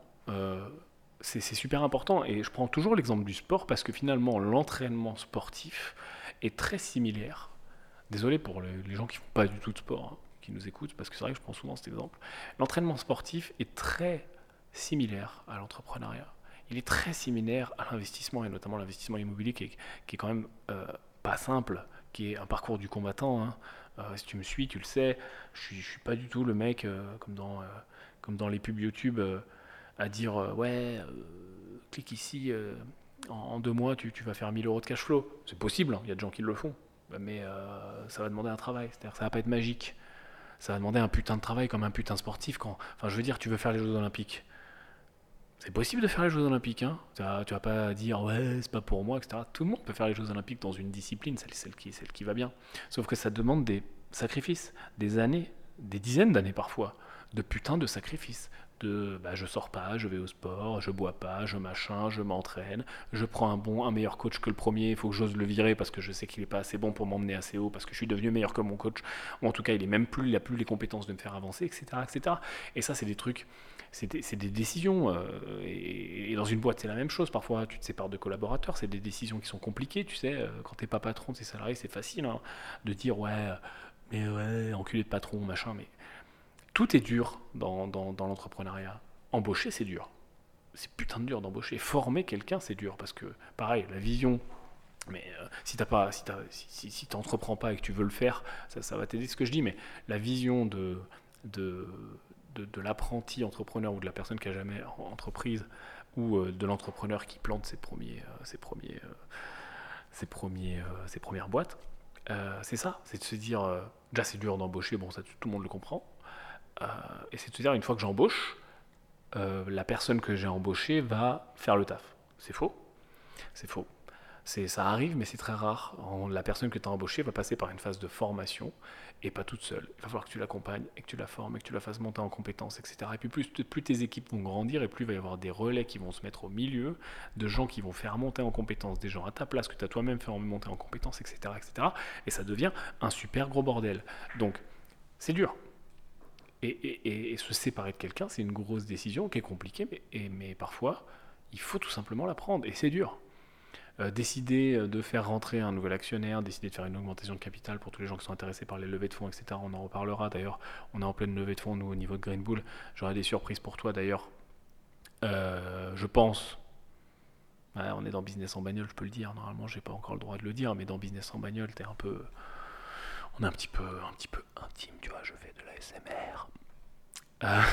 [SPEAKER 1] c'est super important. Et je prends toujours l'exemple du sport parce que finalement, l'entraînement sportif est très similaire. Désolé pour les gens qui ne font pas du tout de sport, hein, qui nous écoutent, parce que c'est vrai que je prends souvent cet exemple. L'entraînement sportif est très similaire à l'entrepreneuriat. Il est très similaire à l'investissement, et notamment l'investissement immobilier qui est quand même pas simple, qui est un parcours du combattant. Hein. Si tu me suis, tu le sais, je suis pas du tout le mec comme dans les pubs YouTube à dire ouais, clique ici, en 2 mois tu vas faire 1000 € de cash flow. C'est possible, hein, il y a des gens qui le font, mais ça va demander un travail, c'est-à-dire que ça va pas être magique. Ça va demander un putain de travail comme un putain sportif. Enfin, je veux dire, tu veux faire les Jeux Olympiques. C'est possible de faire les Jeux Olympiques, hein. Tu vas pas dire ouais, c'est pas pour moi, etc. Tout le monde peut faire les Jeux Olympiques dans une discipline, celle qui va bien. Sauf que ça demande des sacrifices, des années, des dizaines d'années parfois, de putain de sacrifices. Je sors pas, je vais au sport, je bois pas, je m'entraîne, je prends un meilleur coach que le premier, il faut que j'ose le virer parce que je sais qu'il est pas assez bon pour m'emmener assez haut, parce que je suis devenu meilleur que mon coach, ou en tout cas il a plus les compétences de me faire avancer, etc. etc. Et ça, c'est des trucs, c'est des décisions, et dans une boîte c'est la même chose, parfois tu te sépares de collaborateurs, c'est des décisions qui sont compliquées, tu sais, quand t'es pas patron de tes salariés, c'est facile hein, de dire ouais, mais ouais, enculé de patron, machin, mais tout est dur dans l'entrepreneuriat. Embaucher, c'est dur. C'est putain de dur d'embaucher. Former quelqu'un, c'est dur. Parce que, pareil, la vision Mais si t'entreprends pas et que tu veux le faire, ça va t'aider ce que je dis. Mais la vision de, de l'apprenti entrepreneur ou de la personne qui a jamais entreprise ou de l'entrepreneur qui plante ses premières boîtes, c'est ça. C'est de se dire, déjà c'est dur d'embaucher, bon ça tout le monde le comprend. Euh, et c'est de se dire, une fois que j'embauche, la personne que j'ai embauchée va faire le taf. C'est faux. C'est faux. Ça arrive, mais c'est très rare. La personne que tu as embauchée va passer par une phase de formation et pas toute seule. Il va falloir que tu l'accompagnes et que tu la formes et que tu la fasses monter en compétences, etc. Et puis plus tes équipes vont grandir et plus il va y avoir des relais qui vont se mettre au milieu, de gens qui vont faire monter en compétences des gens à ta place, que tu as toi-même fait monter en compétences, etc., etc. Et ça devient un super gros bordel. Donc, c'est dur. Et se séparer de quelqu'un, c'est une grosse décision qui est compliquée, mais parfois, il faut tout simplement la prendre. Et c'est dur. Décider de faire rentrer un nouvel actionnaire, décider de faire une augmentation de capital pour tous les gens qui sont intéressés par les levées de fonds, etc. On en reparlera d'ailleurs. On est en pleine levée de fonds, nous, au niveau de Green Bull. J'aurai des surprises pour toi d'ailleurs. Je pense. Ouais, on est dans Business en bagnole, je peux le dire. Normalement, j'ai pas encore le droit de le dire, mais dans Business en bagnole, t'es un peu. On est un petit peu intime, tu vois. Je fais de la SMR. Euh,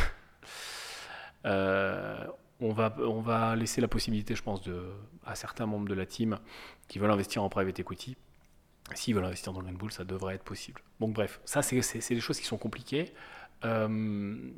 [SPEAKER 1] euh, on va laisser la possibilité, je pense, à certains membres de la team qui veulent investir en private equity. S'ils veulent investir dans Green Bull, ça devrait être possible. Donc bref, ça c'est des choses qui sont compliquées. Euh,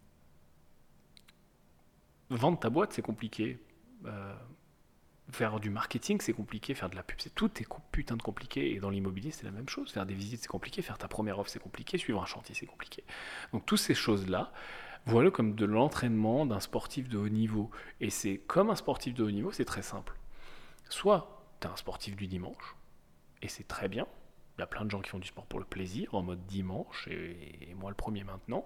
[SPEAKER 1] Vendre ta boîte, c'est compliqué. Euh, Faire du marketing, c'est compliqué. Faire de la pub, tout est putain de compliqué. Et dans l'immobilier, c'est la même chose. Faire des visites, c'est compliqué. Faire ta première offre, c'est compliqué. Suivre un chantier, c'est compliqué. Donc toutes ces choses-là, voilà comme de l'entraînement d'un sportif de haut niveau. Et c'est comme un sportif de haut niveau, c'est très simple. Soit tu es un sportif du dimanche, et c'est très bien. Il y a plein de gens qui font du sport pour le plaisir, en mode dimanche, et moi le premier maintenant.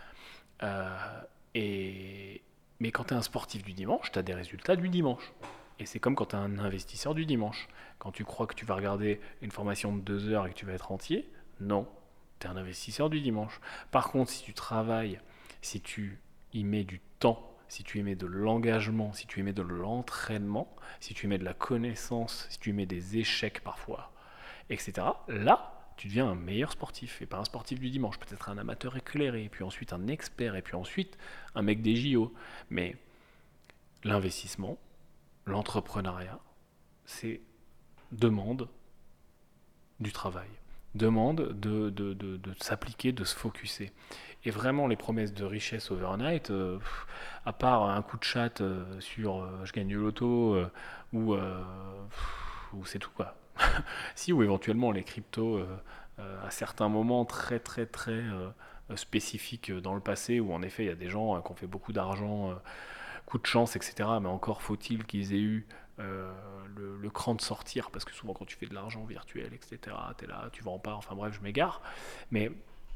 [SPEAKER 1] Euh, et... Mais quand tu es un sportif du dimanche, tu as des résultats du dimanche. Et c'est comme quand tu es un investisseur du dimanche. Quand tu crois que tu vas regarder une formation de 2 heures et que tu vas être entier, non, tu es un investisseur du dimanche. Par contre, si tu travailles, si tu y mets du temps, si tu y mets de l'engagement, si tu y mets de l'entraînement, si tu y mets de la connaissance, si tu y mets des échecs parfois, etc., là, tu deviens un meilleur sportif, et pas un sportif du dimanche, peut-être un amateur éclairé, et puis ensuite un expert, et puis ensuite un mec des JO. Mais l'investissement, l'entrepreneuriat, c'est demande du travail, demande de s'appliquer, de se focuser. Et vraiment, les promesses de richesse overnight, à part un coup de chat sur je gagne le loto, ou, ou c'est tout quoi. Si, ou éventuellement les cryptos à certains moments très très très spécifiques dans le passé, où en effet il y a des gens qui ont fait beaucoup d'argent, coup de chance, etc. Mais encore faut-il qu'ils aient eu le cran de sortir, parce que souvent quand tu fais de l'argent virtuel, etc., t'es là, tu vends pas, enfin bref, je m'égare. Mais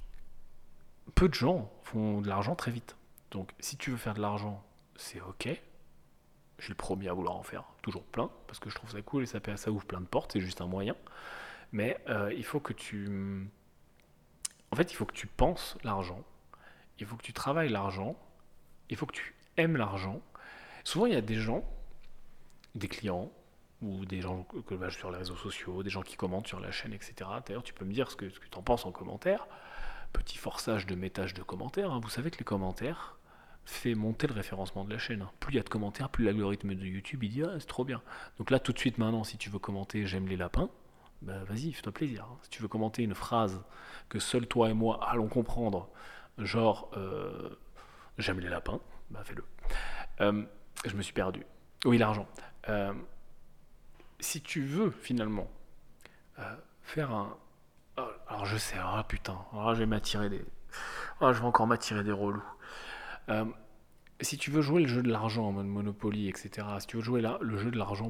[SPEAKER 1] peu de gens font de l'argent très vite. Donc si tu veux faire de l'argent, c'est ok. Je suis le premier à vouloir en faire toujours plein, parce que je trouve ça cool et ça ouvre plein de portes, c'est juste un moyen. Mais il faut que tu... En fait, il faut que tu penses l'argent, il faut que tu travailles l'argent, il faut que tu aimes l'argent. Souvent, il y a des gens, des clients, ou des gens que je sur les réseaux sociaux, des gens qui commentent sur la chaîne, etc. D'ailleurs, tu peux me dire ce que tu en penses en commentaire. Petit forçage de métage de commentaires. Hein. Vous savez que les commentaires fait monter le référencement de la chaîne. Hein. Plus il y a de commentaires, plus l'algorithme de YouTube il dit ah, c'est trop bien. Donc là, tout de suite maintenant, si tu veux commenter j'aime les lapins, bah vas-y, fais-toi plaisir. Hein. Si tu veux commenter une phrase que seul toi et moi allons comprendre, genre j'aime les lapins, bah fais-le. Euh, je me suis perdu. Oui, l'argent. Euh, Si tu veux finalement faire un. Oh, alors je sais, alors là, putain, alors là, je vais m'attirer des. Oh, je vais encore m'attirer des relous. Euh, Si tu veux jouer le jeu de l'argent en mode Monopoly, etc., si tu veux jouer là, le jeu de l'argent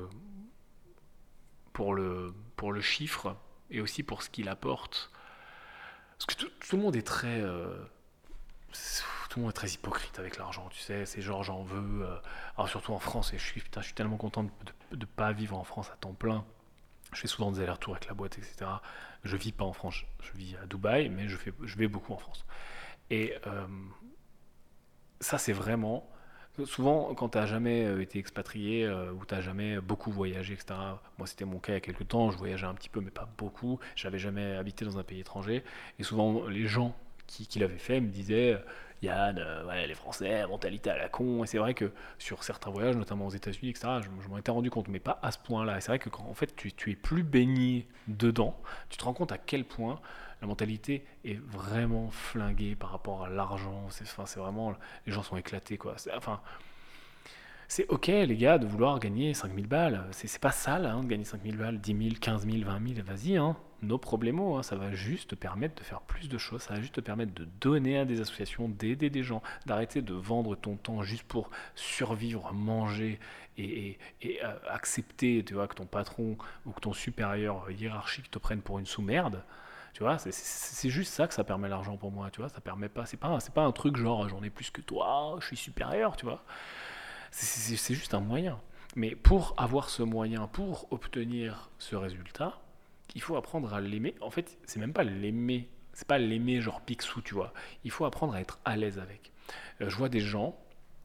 [SPEAKER 1] pour le chiffre et aussi pour ce qu'il apporte, parce que tout le monde est très. Tout le monde est très hypocrite avec l'argent, tu sais, c'est genre j'en veux. Alors surtout en France, et putain, je suis tellement content de ne pas vivre en France à temps plein. Je fais souvent des allers-retours avec la boîte, etc. Je vis pas en France, je vis à Dubaï, mais je vais beaucoup en France. Et ça, c'est vraiment Souvent, quand tu n'as jamais été expatrié ou tu n'as jamais beaucoup voyagé, etc. Moi, c'était mon cas il y a quelques temps. Je voyageais un petit peu, mais pas beaucoup. J'avais jamais habité dans un pays étranger. Et souvent, les gens qui l'avaient fait me disaient Yann, ouais, les Français, mentalité à la con. Et c'est vrai que sur certains voyages, notamment aux États-Unis, etc., je m'en étais rendu compte, mais pas à ce point-là. Et c'est vrai que quand en fait, tu es plus baigné dedans, tu te rends compte à quel point la mentalité est vraiment flinguée par rapport à l'argent. C'est vraiment, les gens sont éclatés, quoi. Enfin, c'est ok, les gars, de vouloir gagner 5000 balles. C'est pas sale hein, de gagner 5000 balles, 10 000, 15 000, 20 000, vas-y, hein. No problemo, hein, ça va juste te permettre de faire plus de choses, ça va juste te permettre de donner à des associations, d'aider des gens, d'arrêter de vendre ton temps juste pour survivre, manger et accepter, tu vois, que ton patron ou que ton supérieur hiérarchique te prenne pour une sous-merde. Tu vois, c'est juste ça que ça permet l'argent pour moi, tu vois, ça permet pas, c'est pas un truc genre j'en ai plus que toi, je suis supérieur, tu vois. C'est juste un moyen. Mais pour avoir ce moyen, pour obtenir ce résultat, il faut apprendre à l'aimer. En fait, c'est même pas l'aimer. C'est pas l'aimer genre Picsou, tu vois. Il faut apprendre à être à l'aise avec. Je vois des gens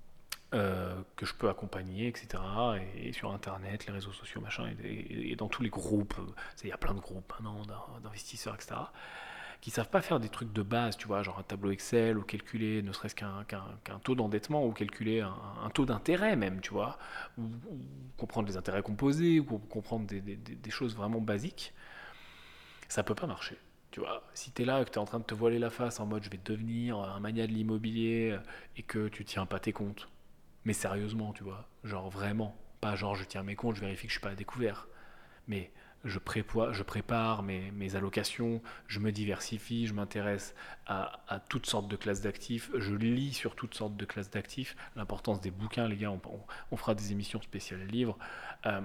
[SPEAKER 1] que je peux accompagner, etc. Et sur Internet, les réseaux sociaux, machin, et dans tous les groupes. Il y a plein de groupes maintenant d'investisseurs, etc qui savent pas faire des trucs de base, tu vois, genre un tableau Excel ou calculer ne serait-ce qu'un taux d'endettement ou calculer un taux d'intérêt même, tu vois, ou comprendre les intérêts composés ou comprendre des choses vraiment basiques, ça peut pas marcher. Tu vois, si tu es là et que tu es en train de te voiler la face en mode je vais devenir un mania de l'immobilier et que tu tiens pas tes comptes, mais sérieusement, tu vois, genre vraiment, pas genre je tiens mes comptes, je vérifie que je suis pas à découvert, mais je prépare mes allocations, je me diversifie, je m'intéresse à toutes sortes de classes d'actifs, je lis sur toutes sortes de classes d'actifs, l'importance des bouquins, les gars, on fera des émissions spéciales livres. Euh,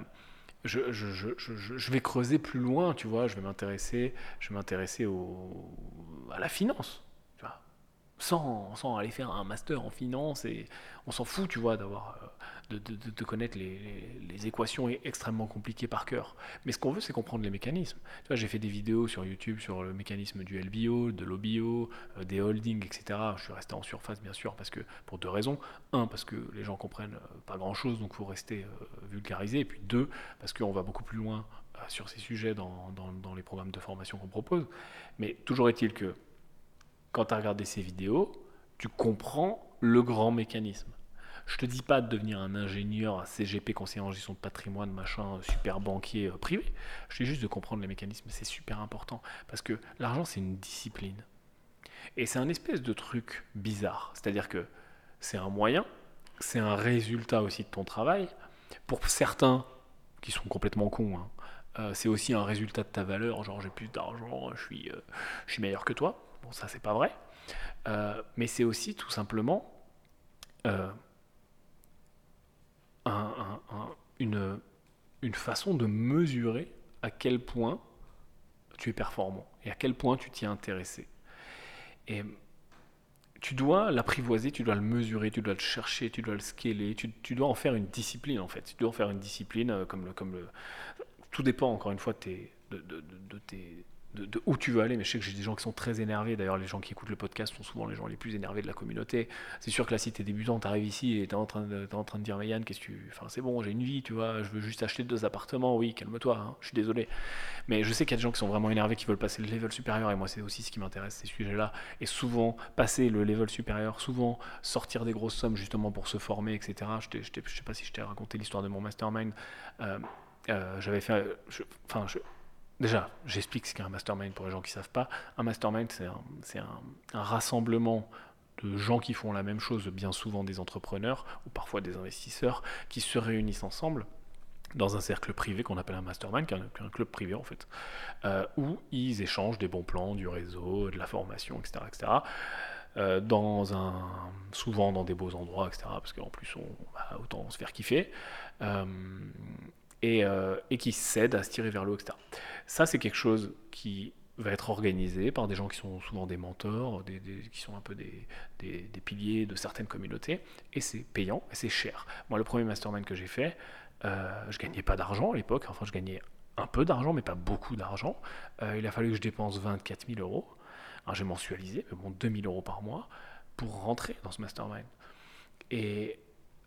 [SPEAKER 1] je vais creuser plus loin, tu vois, je vais m'intéresser à la finance, tu vois, sans aller faire un master en finance et on s'en fout, tu vois, de connaître les équations extrêmement compliquées par cœur. Mais ce qu'on veut, c'est comprendre les mécanismes. Tu vois, j'ai fait des vidéos sur YouTube sur le mécanisme du LBO, de l'OBO, des holdings, etc. Je suis resté en surface, bien sûr, parce que pour deux raisons. Un, parce que les gens comprennent pas grand-chose, donc il faut rester vulgarisé. Et puis deux, parce qu'on va beaucoup plus loin sur ces sujets dans les programmes de formation qu'on propose. Mais toujours est-il que quand tu as regardé ces vidéos, tu comprends le grand mécanisme. Je te dis pas de devenir un ingénieur, un CGP, conseiller en gestion de patrimoine, machin, super banquier privé. Je dis juste de comprendre les mécanismes, c'est super important. Parce que l'argent, c'est une discipline. Et c'est un espèce de truc bizarre. C'est-à-dire que c'est un moyen, c'est un résultat aussi de ton travail. Pour certains qui sont complètement cons, hein, c'est aussi un résultat de ta valeur, genre j'ai plus d'argent, je suis meilleur que toi. Bon, ça, c'est pas vrai. Mais c'est aussi tout simplement euh, une, une façon de mesurer à quel point tu es performant et à quel point tu t'y es intéressé. Et tu dois l'apprivoiser, tu dois le mesurer, tu dois le chercher, tu dois le scaler, tu dois en faire une discipline en fait. Tu dois en faire une discipline tout dépend encore une fois de tes de où tu veux aller, mais je sais que j'ai des gens qui sont très énervés. D'ailleurs, les gens qui écoutent le podcast sont souvent les gens les plus énervés de la communauté. C'est sûr que là, si t'es débutant, t'arrives ici et t'es en train de dire, mais Yann, qu'est-ce que tu. Enfin, c'est bon, j'ai une vie, tu vois, je veux juste acheter 2 appartements. Oui, calme-toi, hein, je suis désolé. Mais je sais qu'il y a des gens qui sont vraiment énervés, qui veulent passer le level supérieur, et moi, c'est aussi ce qui m'intéresse, ces sujets-là. Et souvent, passer le level supérieur, souvent sortir des grosses sommes justement pour se former, etc. Je sais pas si je t'ai raconté l'histoire de mon mastermind. Euh, J'avais fait. Déjà, j'explique ce qu'est un mastermind pour les gens qui ne savent pas. Un mastermind, c'est un rassemblement de gens qui font la même chose, bien souvent des entrepreneurs ou parfois des investisseurs, qui se réunissent ensemble dans un cercle privé qu'on appelle un mastermind, qui est un club privé en fait, où ils échangent des bons plans, du réseau, de la formation, etc. etc. Souvent dans des beaux endroits, etc. Parce qu'en plus, autant se faire kiffer. Euh, et qui s'aident à se tirer vers le haut, etc. Ça, c'est quelque chose qui va être organisé par des gens qui sont souvent des mentors, qui sont un peu des piliers de certaines communautés, et c'est payant, et c'est cher. Moi, le premier mastermind que j'ai fait, je gagnais pas d'argent à l'époque, enfin je gagnais un peu d'argent, mais pas beaucoup d'argent. Il a fallu que je dépense 24 000 euros. Alors j'ai mensualisé, mais bon, 2 000 euros par mois pour rentrer dans ce mastermind. Et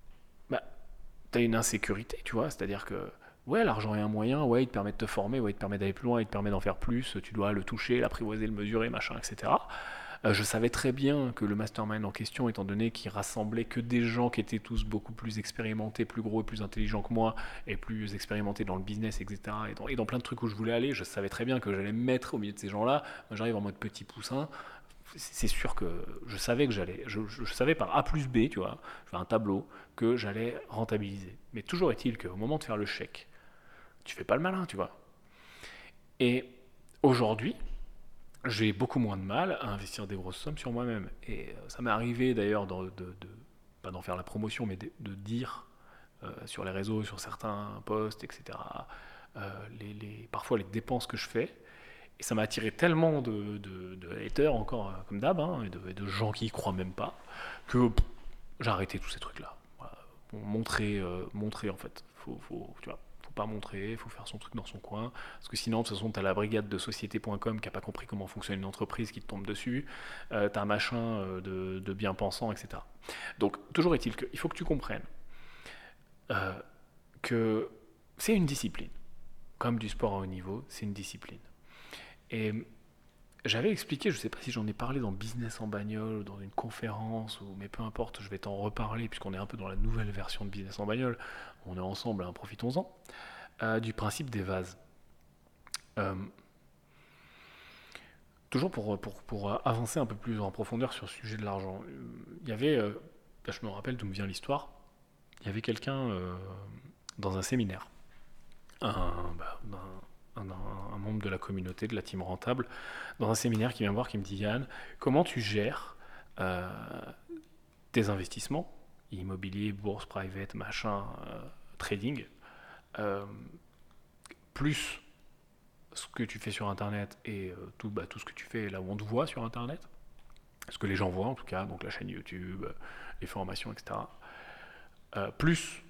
[SPEAKER 1] t'as une insécurité, tu vois, c'est-à-dire que ouais, l'argent est un moyen, ouais, il te permet de te former, ouais, il te permet d'aller plus loin, il te permet d'en faire plus, tu dois le toucher, l'apprivoiser, le mesurer, machin, etc. Je savais très bien que le mastermind en question, étant donné qu'il rassemblait que des gens qui étaient tous beaucoup plus expérimentés, plus gros et plus intelligents que moi, et plus expérimentés dans le business, etc., et dans plein de trucs où je voulais aller, je savais très bien que j'allais me mettre au milieu de ces gens-là. Moi, j'arrive en mode petit poussin. C'est sûr que je savais que je savais par A plus B, tu vois, je fais un tableau, que j'allais rentabiliser. Mais toujours est-il qu'au moment de faire le chèque, tu fais pas le malin, tu vois. Et aujourd'hui, j'ai beaucoup moins de mal à investir des grosses sommes sur moi-même. Et ça m'est arrivé d'ailleurs pas d'en faire la promotion, mais de dire sur les réseaux, sur certains posts, etc., parfois les dépenses que je fais. Et ça m'a attiré tellement de haters, encore comme d'hab, hein, et de gens qui y croient même pas, que j'ai arrêté tous ces trucs-là. Voilà. Bon, montrer en fait. Tu vois, faut pas montrer, faut faire son truc dans son coin, parce que sinon de toute façon t'as la brigade de société.com qui a pas compris comment fonctionne une entreprise qui te tombe dessus, t'as un machin de bien pensant, etc. Donc toujours est-il qu'il faut que tu comprennes euh, que c'est une discipline, comme du sport à haut niveau, c'est une discipline. Et j'avais expliqué, je sais pas si j'en ai parlé dans Business en bagnole ou dans une conférence, mais peu importe, je vais t'en reparler puisqu'on est un peu dans la nouvelle version de Business en bagnole. On est ensemble, hein, profitons-en. Du principe des vases. Euh, Toujours pour avancer un peu plus en profondeur sur le sujet de l'argent. Il y avait, là, je me rappelle d'où me vient l'histoire, il y avait quelqu'un dans un séminaire, bah, un membre de la communauté, de la team rentable, dans un séminaire qui vient me voir, qui me dit Yann, comment tu gères euh, tes investissements, immobilier, bourse, private, machin, trading, euh, plus ce que tu fais sur Internet et tout ce que tu fais là où on te voit sur Internet, ce que les gens voient en tout cas, donc la chaîne YouTube, les formations, etc., plus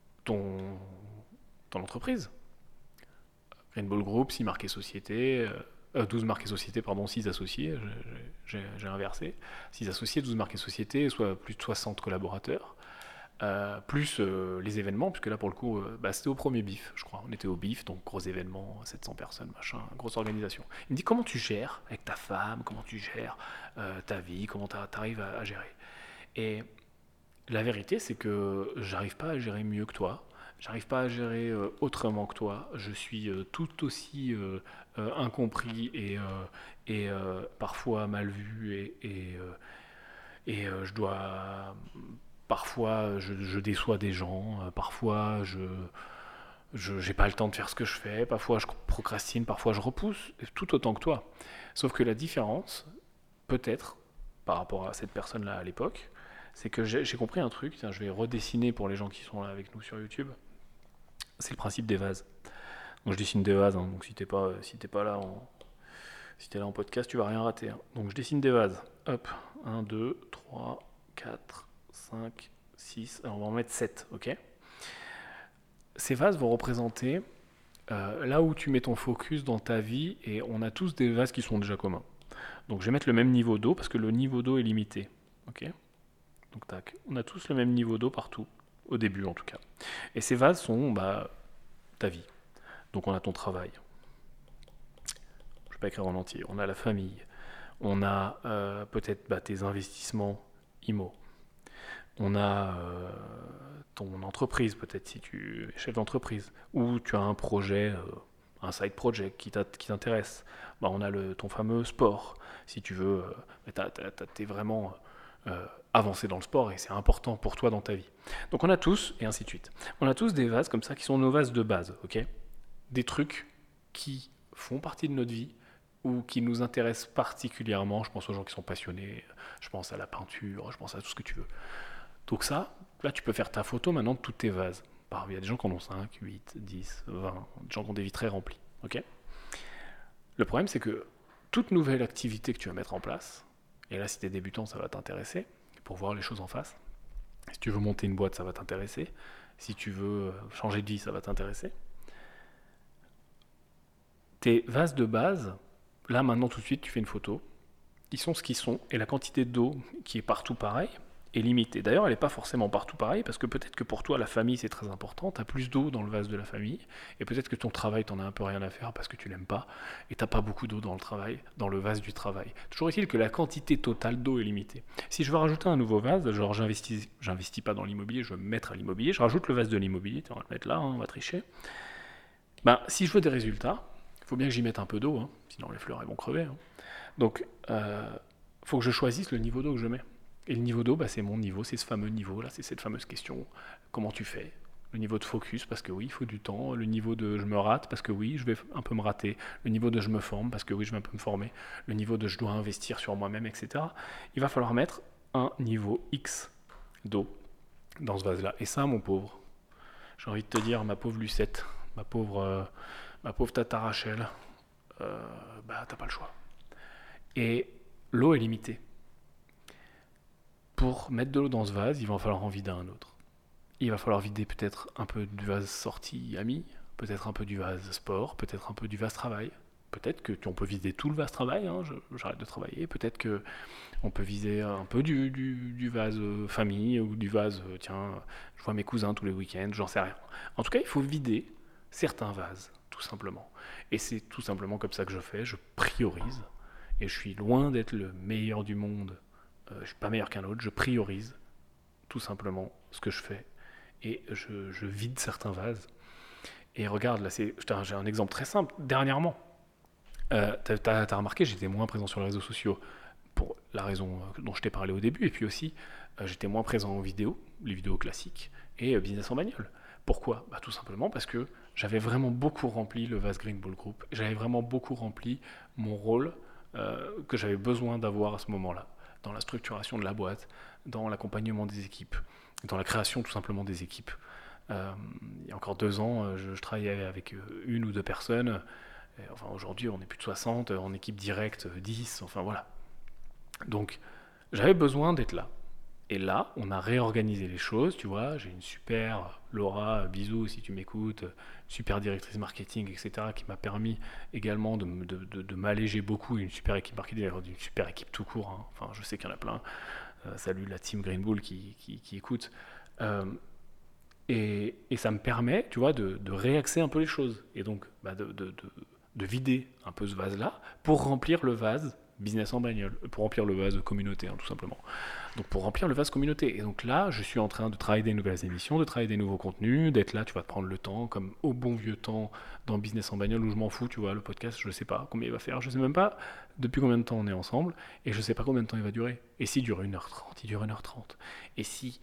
[SPEAKER 1] ton entreprise, Rainbow Group, 6 marques et sociétés, 12 marques et sociétés, pardon, 6 associés, j'ai inversé, 6 associés, 12 marques et sociétés, soit plus de 60 collaborateurs, plus les événements, puisque là pour le coup, c'était au premier BIF, je crois. On était au BIF, donc gros événement, 700 personnes, machin, grosse organisation. Il me dit comment tu gères avec ta femme, comment tu gères ta vie, comment tu arrives à gérer. Et la vérité, c'est que j'arrive pas à gérer mieux que toi. J'arrive pas à gérer autrement que toi. Je suis tout aussi incompris et parfois mal vu et je dois parfois je déçois des gens, parfois je j'ai pas le temps de faire ce que je fais, parfois je procrastine, parfois je repousse, tout autant que toi. Sauf que la différence, peut-être, par rapport à cette personne-là à l'époque, c'est que j'ai compris un truc, tiens, je vais redessiner pour les gens qui sont là avec nous sur YouTube, c'est le principe des vases. Donc je dessine des vases, hein, donc si t'es pas là si t'es là en podcast, tu vas rien rater, hein. Donc je dessine des vases. Hop, 1, 2, 3, 4, 5, 6, alors on va en mettre 7, ok. Ces vases vont représenter là où tu mets ton focus dans ta vie, et on a tous des vases qui sont déjà communs. Donc je vais mettre le même niveau d'eau, parce que le niveau d'eau est limité, ok. Donc tac, on a tous le même niveau d'eau partout, au début en tout cas. Et ces vases sont ta vie. Donc on a ton travail, je vais pas écrire en entier, on a la famille, on a peut-être tes investissements IMO, on a ton entreprise, peut-être si tu es chef d'entreprise, ou tu as un projet, un side project qui t'intéresse. On a ton fameux sport, si tu veux, t'es vraiment avancé dans le sport et c'est important pour toi dans ta vie. Donc on a tous, et ainsi de suite, on a tous des vases comme ça qui sont nos vases de base, ok. Des trucs qui font partie de notre vie ou qui nous intéressent particulièrement. Je pense aux gens qui sont passionnés, je pense à la peinture, je pense à tout ce que tu veux. Donc ça, là tu peux faire ta photo maintenant de tous tes vases. Il y a des gens qui en ont 5, 8, 10, 20, des gens qui ont des vies très remplies. Okay, le problème c'est que toute nouvelle activité que tu vas mettre en place, et là si tu es débutant ça va t'intéresser, pour voir les choses en face. Si tu veux monter une boîte ça va t'intéresser. Si tu veux changer de vie ça va t'intéresser. Tes vases de base, là maintenant tout de suite tu fais une photo, ils sont ce qu'ils sont, et la quantité d'eau qui est partout pareil, est limitée. D'ailleurs, elle n'est pas forcément partout pareil, parce que peut-être que pour toi, la famille, c'est très important, tu as plus d'eau dans le vase de la famille, et peut-être que ton travail, tu en as un peu rien à faire parce que tu l'aimes pas, et tu n'as pas beaucoup d'eau dans le travail, dans le vase du travail. Toujours est-il que la quantité totale d'eau est limitée. Si je veux rajouter un nouveau vase, genre j'investis pas dans l'immobilier, je veux me mettre à l'immobilier, je rajoute le vase de l'immobilier, on va le mettre là, on va tricher. Ben, si je veux des résultats, il faut bien que j'y mette un peu d'eau, sinon les fleurs elles vont crever. Donc, faut que je choisisse le niveau d'eau que je mets. Et le niveau d'eau, c'est mon niveau, c'est ce fameux niveau là, c'est cette fameuse question. Comment tu fais ? Le niveau de focus, parce que oui, il faut du temps. Le niveau de je me rate, parce que oui, je vais un peu me rater. Le niveau de je me forme, parce que oui, je vais un peu me former. Le niveau de je dois investir sur moi-même, etc. Il va falloir mettre un niveau X d'eau dans ce vase-là. Et ça, mon pauvre, j'ai envie de te dire, ma pauvre Lucette, ma pauvre tata Rachel, t'as pas le choix. Et l'eau est limitée. Pour mettre de l'eau dans ce vase, il va falloir en vider un autre. Il va falloir vider peut-être un peu du vase sortie ami, peut-être un peu du vase sport, peut-être un peu du vase travail. Peut-être qu'on peut vider tout le vase travail, j'arrête de travailler. Peut-être qu'on peut viser un peu du vase famille ou du vase, je vois mes cousins tous les week-ends, j'en sais rien. En tout cas, il faut vider certains vases, tout simplement. Et c'est tout simplement comme ça que je fais, je priorise. Et je suis loin d'être le meilleur du monde. Je ne suis pas meilleur qu'un autre, je priorise tout simplement ce que je fais et je vide certains vases. Et regarde, là, j'ai un exemple très simple. Dernièrement, t'as remarqué, j'étais moins présent sur les réseaux sociaux pour la raison dont je t'ai parlé au début, et puis aussi, j'étais moins présent en vidéo, les vidéos classiques, et business en bagnole. Pourquoi ? Tout simplement parce que j'avais vraiment beaucoup rempli le vase Green Bull Group, j'avais vraiment beaucoup rempli mon rôle que j'avais besoin d'avoir à ce moment-là, dans la structuration de la boîte, dans l'accompagnement des équipes, dans la création tout simplement des équipes. Il y a encore 2 ans, je travaillais avec une ou deux personnes. Enfin, aujourd'hui, on est plus de 60, en équipe directe, 10, enfin voilà. Donc, j'avais besoin d'être là. Et là, on a réorganisé les choses, tu vois. J'ai une super Laura, bisous si tu m'écoutes, super directrice marketing, etc., qui m'a permis également de m'alléger beaucoup. Une super équipe marketing, une super équipe tout court. Enfin, je sais qu'il y en a plein. Salut la team Green Bull qui écoute. Et ça me permet, tu vois, de réaxer un peu les choses. Et donc, de vider un peu ce vase-là pour remplir le vase business en bagnole, pour remplir le vase communauté, tout simplement. Donc pour remplir le vase communauté. Et donc là, je suis en train de travailler des nouvelles émissions, de travailler des nouveaux contenus, d'être là, tu vas te prendre le temps, comme au bon vieux temps dans business en bagnole où je m'en fous, tu vois, le podcast, je ne sais pas combien il va faire, je ne sais même pas depuis combien de temps on est ensemble, et je ne sais pas combien de temps il va durer. Et s'il dure 1h30, il dure 1h30. Et si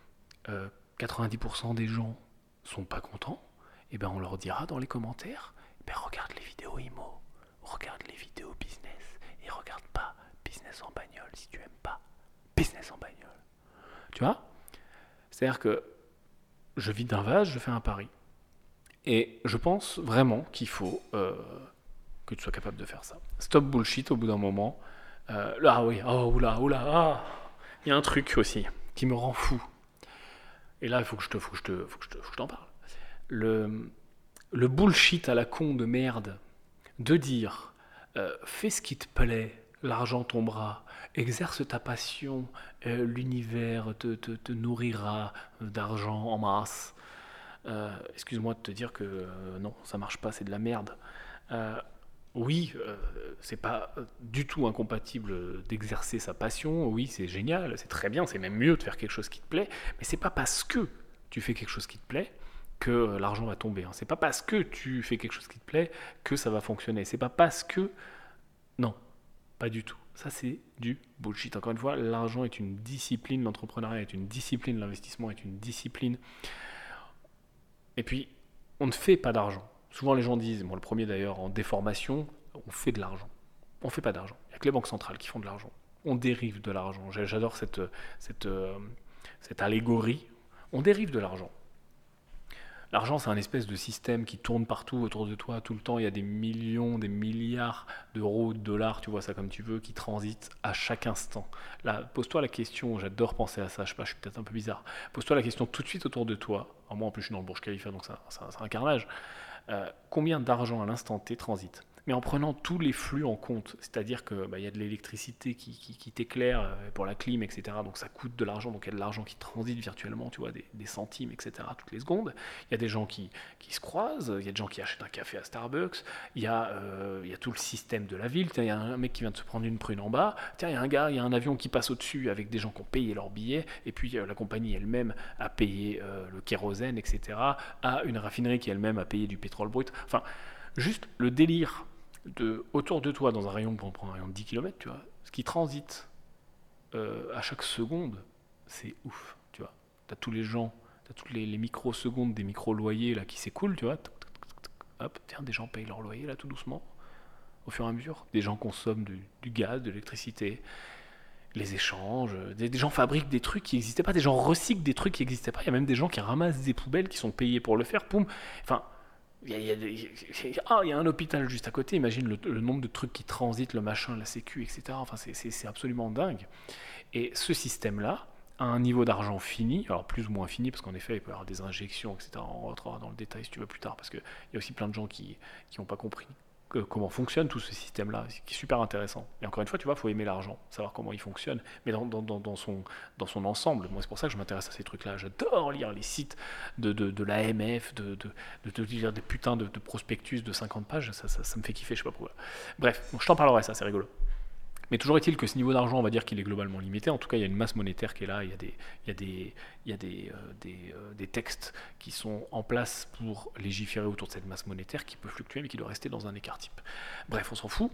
[SPEAKER 1] 90% des gens sont pas contents, eh ben on leur dira dans les commentaires, regarde les vidéos IMO, regarde les vidéos business, et regarde pas business en bagnole si tu aimes pas business en bagnole. Tu vois ? C'est-à-dire que je vide un vase, je fais un pari. Et je pense vraiment qu'il faut que tu sois capable de faire ça. Stop bullshit au bout d'un moment. Il y a un truc aussi qui me rend fou. Et là, il faut que je t'en parle. Le bullshit à la con de merde de dire fais ce qui te plaît, l'argent tombera, exerce ta passion, l'univers te nourrira d'argent en masse. Excuse-moi de te dire que non, ça marche pas, c'est de la merde. Oui, c'est pas du tout incompatible d'exercer sa passion. Oui, c'est génial, c'est très bien, c'est même mieux de faire quelque chose qui te plaît. Mais c'est pas parce que tu fais quelque chose qui te plaît que l'argent va tomber. C'est pas parce que tu fais quelque chose qui te plaît que ça va fonctionner. C'est pas parce que... Non, pas du tout. Ça, c'est du bullshit. Encore une fois, l'argent est une discipline, l'entrepreneuriat est une discipline, l'investissement est une discipline. Et puis, on ne fait pas d'argent. Souvent, les gens disent, moi le premier d'ailleurs, en déformation, on fait de l'argent. On ne fait pas d'argent. Il n'y a que les banques centrales qui font de l'argent. On dérive de l'argent. J'adore cette allégorie. On dérive de l'argent. L'argent, c'est un espèce de système qui tourne partout autour de toi tout le temps. Il y a des millions, des milliards d'euros, de dollars, tu vois ça comme tu veux, qui transitent à chaque instant. Là, pose-toi la question, j'adore penser à ça, je sais pas, je suis peut-être un peu bizarre. Pose-toi la question tout de suite autour de toi. Alors moi, en plus, je suis dans le Burj Khalifa, donc c'est un carnage. Combien d'argent à l'instant T transite ? mais en prenant tous les flux en compte. C'est-à-dire que y a de l'électricité qui t'éclaire pour la clim, etc. Donc ça coûte de l'argent, donc il y a de l'argent qui transite virtuellement, tu vois, des centimes, etc. toutes les secondes. Il y a des gens qui se croisent, il y a des gens qui achètent un café à Starbucks, il y a tout le système de la ville. Tiens, il y a un mec qui vient de se prendre une prune en bas, tiens, il y a un gars, il y a un avion qui passe au-dessus avec des gens qui ont payé leur billet, et puis la compagnie elle-même a payé le kérosène, etc. A une raffinerie qui elle-même a payé du pétrole brut. Enfin, juste le délire autour de toi, dans un rayon, pour prendre un rayon de 10 km, tu vois, ce qui transite à chaque seconde, c'est ouf, tu vois. T'as tous les gens, t'as toutes les microsecondes des micro-loyers là qui s'écoulent, tu vois. Hop, tiens, des gens payent leur loyer là tout doucement, au fur et à mesure. Des gens consomment du gaz, de l'électricité, les échanges, des gens fabriquent des trucs qui n'existaient pas, des gens recyclent des trucs qui n'existaient pas. Il y a même des gens qui ramassent des poubelles qui sont payés pour le faire, poum. Enfin, il y a un hôpital juste à côté, imagine le nombre de trucs qui transitent, le machin, la sécu, etc. Enfin, c'est absolument dingue. Et ce système-là a un niveau d'argent fini, alors plus ou moins fini, parce qu'en effet, il peut y avoir des injections, etc. On rentrera dans le détail si tu veux plus tard, parce qu'il y a aussi plein de gens qui n'ont pas compris comment fonctionne tout ce système-là, qui est super intéressant. Et encore une fois, tu vois, il faut aimer l'argent, savoir comment il fonctionne, mais dans son ensemble. Moi, c'est pour ça que je m'intéresse à ces trucs-là. J'adore lire les sites de l'AMF, de lire des putains de prospectus de 50 pages, ça me fait kiffer, je sais pas pourquoi. Bref, donc je t'en parlerai, ça, c'est rigolo. Mais toujours est-il que ce niveau d'argent, on va dire qu'il est globalement limité. En tout cas, il y a une masse monétaire qui est là. Il y a des textes qui sont en place pour légiférer autour de cette masse monétaire qui peut fluctuer, mais qui doit rester dans un écart type. Bref, on s'en fout.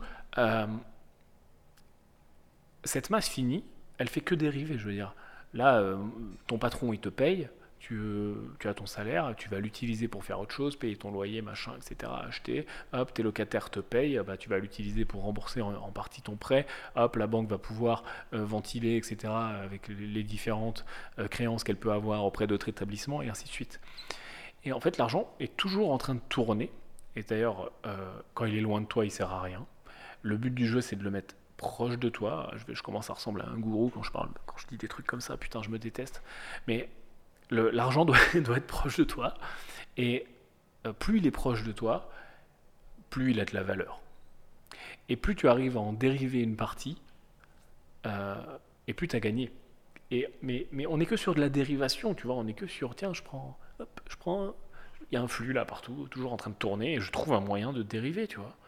[SPEAKER 1] Cette masse finie, elle fait que dériver. Je veux dire, là, ton patron, il te paye. Tu as ton salaire, tu vas l'utiliser pour faire autre chose, payer ton loyer, machin, etc., acheter, hop, tes locataires te payent, bah, tu vas l'utiliser pour rembourser en partie ton prêt, hop, la banque va pouvoir ventiler, etc., avec les différentes créances qu'elle peut avoir auprès d'autres établissements, et ainsi de suite. Et en fait, l'argent est toujours en train de tourner, et d'ailleurs, quand il est loin de toi, il sert à rien. Le but du jeu, c'est de le mettre proche de toi. Je commence à ressembler à un gourou quand je dis des trucs comme ça, putain, je me déteste. Mais l'argent doit être proche de toi. Et plus il est proche de toi, plus il a de la valeur. Et plus tu arrives à en dériver une partie, et plus tu as gagné. Mais on n'est que sur de la dérivation, tu vois. On n'est que sur, tiens, je prends. Il y a un flux là partout, toujours en train de tourner, et je trouve un moyen de dériver, tu vois.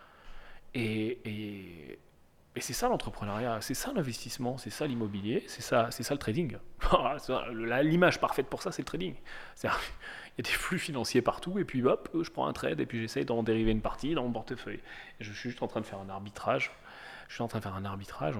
[SPEAKER 1] Et c'est ça l'entrepreneuriat, c'est ça l'investissement, c'est ça l'immobilier, c'est ça le trading. L'image parfaite pour ça, c'est le trading. C'est-à-dire, il y a des flux financiers partout, et puis hop, je prends un trade, et puis j'essaye d'en dériver une partie dans mon portefeuille. Et je suis juste en train de faire un arbitrage. Je suis en train de faire un arbitrage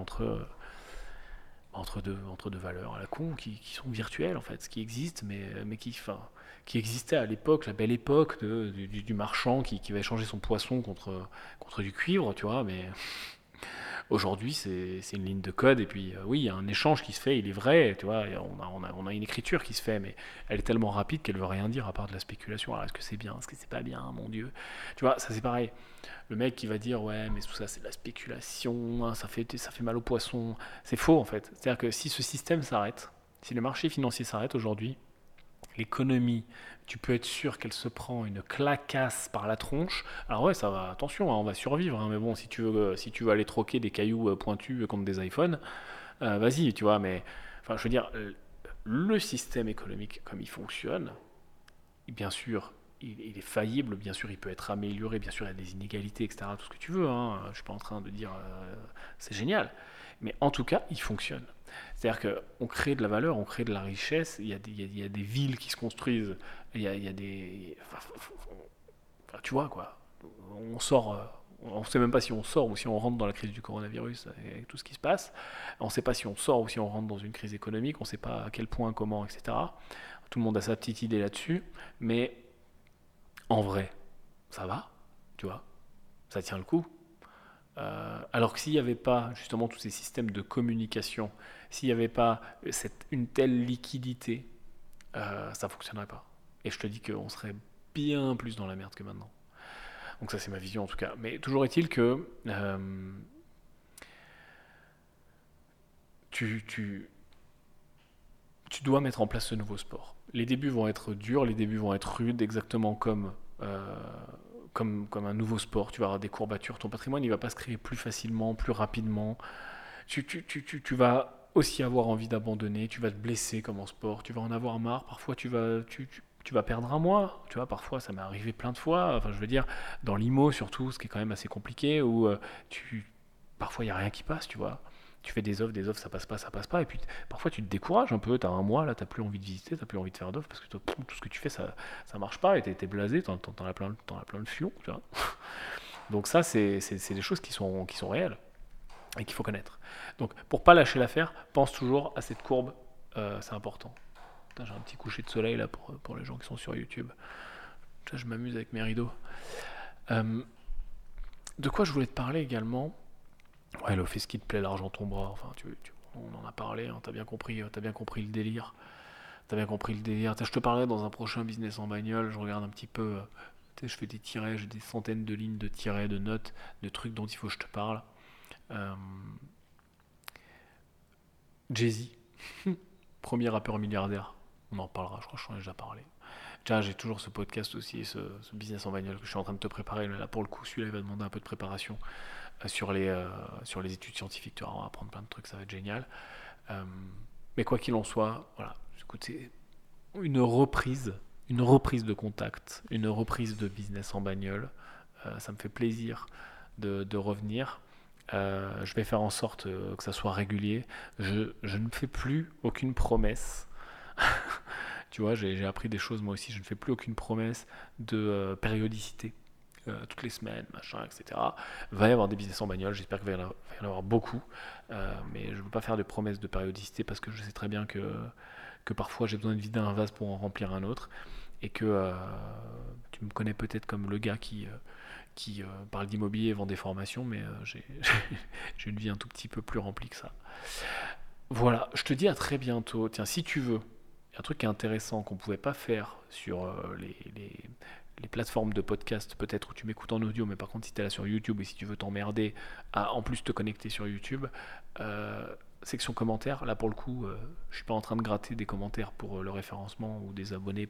[SPEAKER 1] entre deux valeurs à la con qui sont virtuelles, en fait, qui existent, mais qui existaient à l'époque, la belle époque du marchand qui va échanger son poisson contre du cuivre, tu vois, mais. Aujourd'hui, c'est une ligne de code, et puis oui, il y a un échange qui se fait, il est vrai, tu vois, on a une écriture qui se fait, mais elle est tellement rapide qu'elle veut rien dire à part de la spéculation. Alors, est-ce que c'est bien, est-ce que c'est pas bien, mon Dieu? Tu vois, ça c'est pareil. Le mec qui va dire, ouais, mais tout ça c'est de la spéculation, hein, ça fait mal au poisson. C'est faux, en fait. C'est-à-dire que si ce système s'arrête, si le marché financier s'arrête aujourd'hui, l'économie, tu peux être sûr qu'elle se prend une clacasse par la tronche. Alors ouais, ça va, attention, hein, on va survivre, hein, mais bon, si tu veux aller troquer des cailloux pointus contre des iPhones, vas-y, tu vois, mais enfin, je veux dire, le système économique comme il fonctionne, bien sûr, il est faillible, bien sûr, il peut être amélioré, bien sûr, il y a des inégalités, etc., tout ce que tu veux, hein, je suis pas en train de dire c'est génial, mais en tout cas, il fonctionne. C'est-à-dire qu'on crée de la valeur, on crée de la richesse, il y a des villes qui se construisent, il y a des. Enfin, tu vois quoi, on sort. On ne sait même pas si on sort ou si on rentre dans la crise du coronavirus avec tout ce qui se passe. On ne sait pas si on sort ou si on rentre dans une crise économique. On ne sait pas à quel point, comment, etc. Tout le monde a sa petite idée là-dessus. Mais en vrai, ça va, tu vois. Ça tient le coup. Alors que s'il n'y avait pas justement tous ces systèmes de communication, s'il n'y avait pas une telle liquidité, ça ne fonctionnerait pas. Et je te dis qu'on serait bien plus dans la merde que maintenant. Donc ça c'est ma vision en tout cas. Mais toujours est-il que tu dois mettre en place ce nouveau sport. Les débuts vont être durs, les débuts vont être rudes, exactement comme un nouveau sport, tu vas avoir des courbatures, ton patrimoine il va pas se créer plus facilement, plus rapidement. Tu vas aussi avoir envie d'abandonner, tu vas te blesser comme en sport, tu vas en avoir marre, parfois tu vas perdre un mois, tu vois, parfois ça m'est arrivé plein de fois, enfin je veux dire, dans l'IMO surtout, ce qui est quand même assez compliqué, où parfois il n'y a rien qui passe, tu vois. Tu fais des offres, ça passe pas, et puis parfois tu te décourages un peu, t'as un mois, là t'as plus envie de visiter, t'as plus envie de faire d'offres, parce que toi, tout ce que tu fais, ça marche pas, et t'es blasé, t'en as plein le fion, tu vois. Donc ça, c'est des choses qui sont réelles et qu'il faut connaître. Donc, pour pas lâcher l'affaire, pense toujours à cette courbe, c'est important. Putain, j'ai un petit coucher de soleil là pour les gens qui sont sur YouTube. Putain, je m'amuse avec mes rideaux. Euh, de quoi je voulais te parler également. Ouais, le fait ce qui te plaît, l'argent tombera. Enfin, on en a parlé, hein, t'as bien compris le délire. T'as bien compris le délire. Je te parlerai dans un prochain business en bagnole. Je regarde un petit peu. Je fais des tirets, j'ai des centaines de lignes de tirets, de notes, de trucs dont il faut que je te parle. Euh, Jay-Z, premier rappeur milliardaire. On en parlera, je crois que j'en ai déjà parlé. Tiens, j'ai toujours ce podcast aussi, ce business en bagnole que je suis en train de te préparer. Là, pour le coup, celui-là, il va demander un peu de préparation sur les études scientifiques. Tu vois, on va apprendre plein de trucs, ça va être génial. Euh, mais quoi qu'il en soit, voilà, écoute, c'est une reprise de contact, une reprise de business en bagnole. Ça me fait plaisir de revenir. Je vais faire en sorte que ça soit régulier. Je ne fais plus aucune promesse. Tu vois, j'ai appris des choses moi aussi. Je ne fais plus aucune promesse de périodicité. Toutes les semaines, machin, etc. Il va y avoir des business en bagnole. J'espère qu'il va y en avoir beaucoup. Mais je ne veux pas faire de promesses de périodicité parce que je sais très bien que parfois j'ai besoin de vider un vase pour en remplir un autre. Et que tu me connais peut-être comme le gars qui parle d'immobilier et vend des formations, mais j'ai une vie un tout petit peu plus remplie que ça. Voilà, je te dis à très bientôt. Tiens, si tu veux, il y a un truc qui est intéressant qu'on ne pouvait pas faire sur les plateformes de podcast, peut-être où tu m'écoutes en audio, mais par contre, si tu es là sur YouTube et si tu veux t'emmerder à en plus te connecter sur YouTube, euh, section commentaires, là pour le coup, je suis pas en train de gratter des commentaires pour le référencement ou des abonnés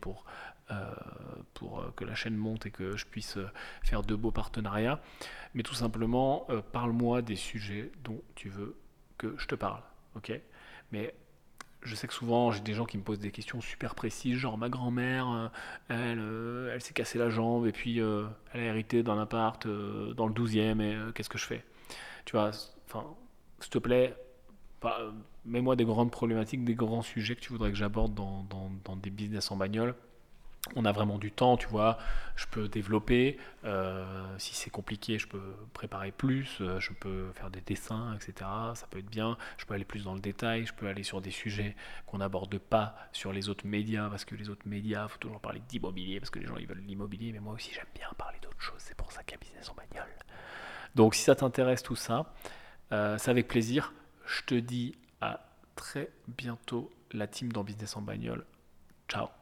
[SPEAKER 1] pour que la chaîne monte et que je puisse faire de beaux partenariats, mais tout simplement, parle-moi des sujets dont tu veux que je te parle, ok? Mais je sais que souvent j'ai des gens qui me posent des questions super précises, genre ma grand-mère, elle s'est cassé la jambe et puis elle a hérité d'un appart dans le 12e et qu'est-ce que je fais? Tu vois, enfin, s'il te plaît, mets-moi des grandes problématiques, des grands sujets que tu voudrais que j'aborde dans des business en bagnole. On a vraiment du temps, tu vois, je peux développer, si c'est compliqué, je peux préparer plus, je peux faire des dessins, etc. Ça peut être bien, je peux aller plus dans le détail, je peux aller sur des sujets qu'on n'aborde pas sur les autres médias, parce que les autres médias, il faut toujours parler d'immobilier, parce que les gens ils veulent l'immobilier, mais moi aussi j'aime bien parler d'autres choses, c'est pour ça qu'il y a business en bagnole. Donc si ça t'intéresse tout ça, c'est avec plaisir, je te dis à très bientôt la team dans Business en bagnole. Ciao.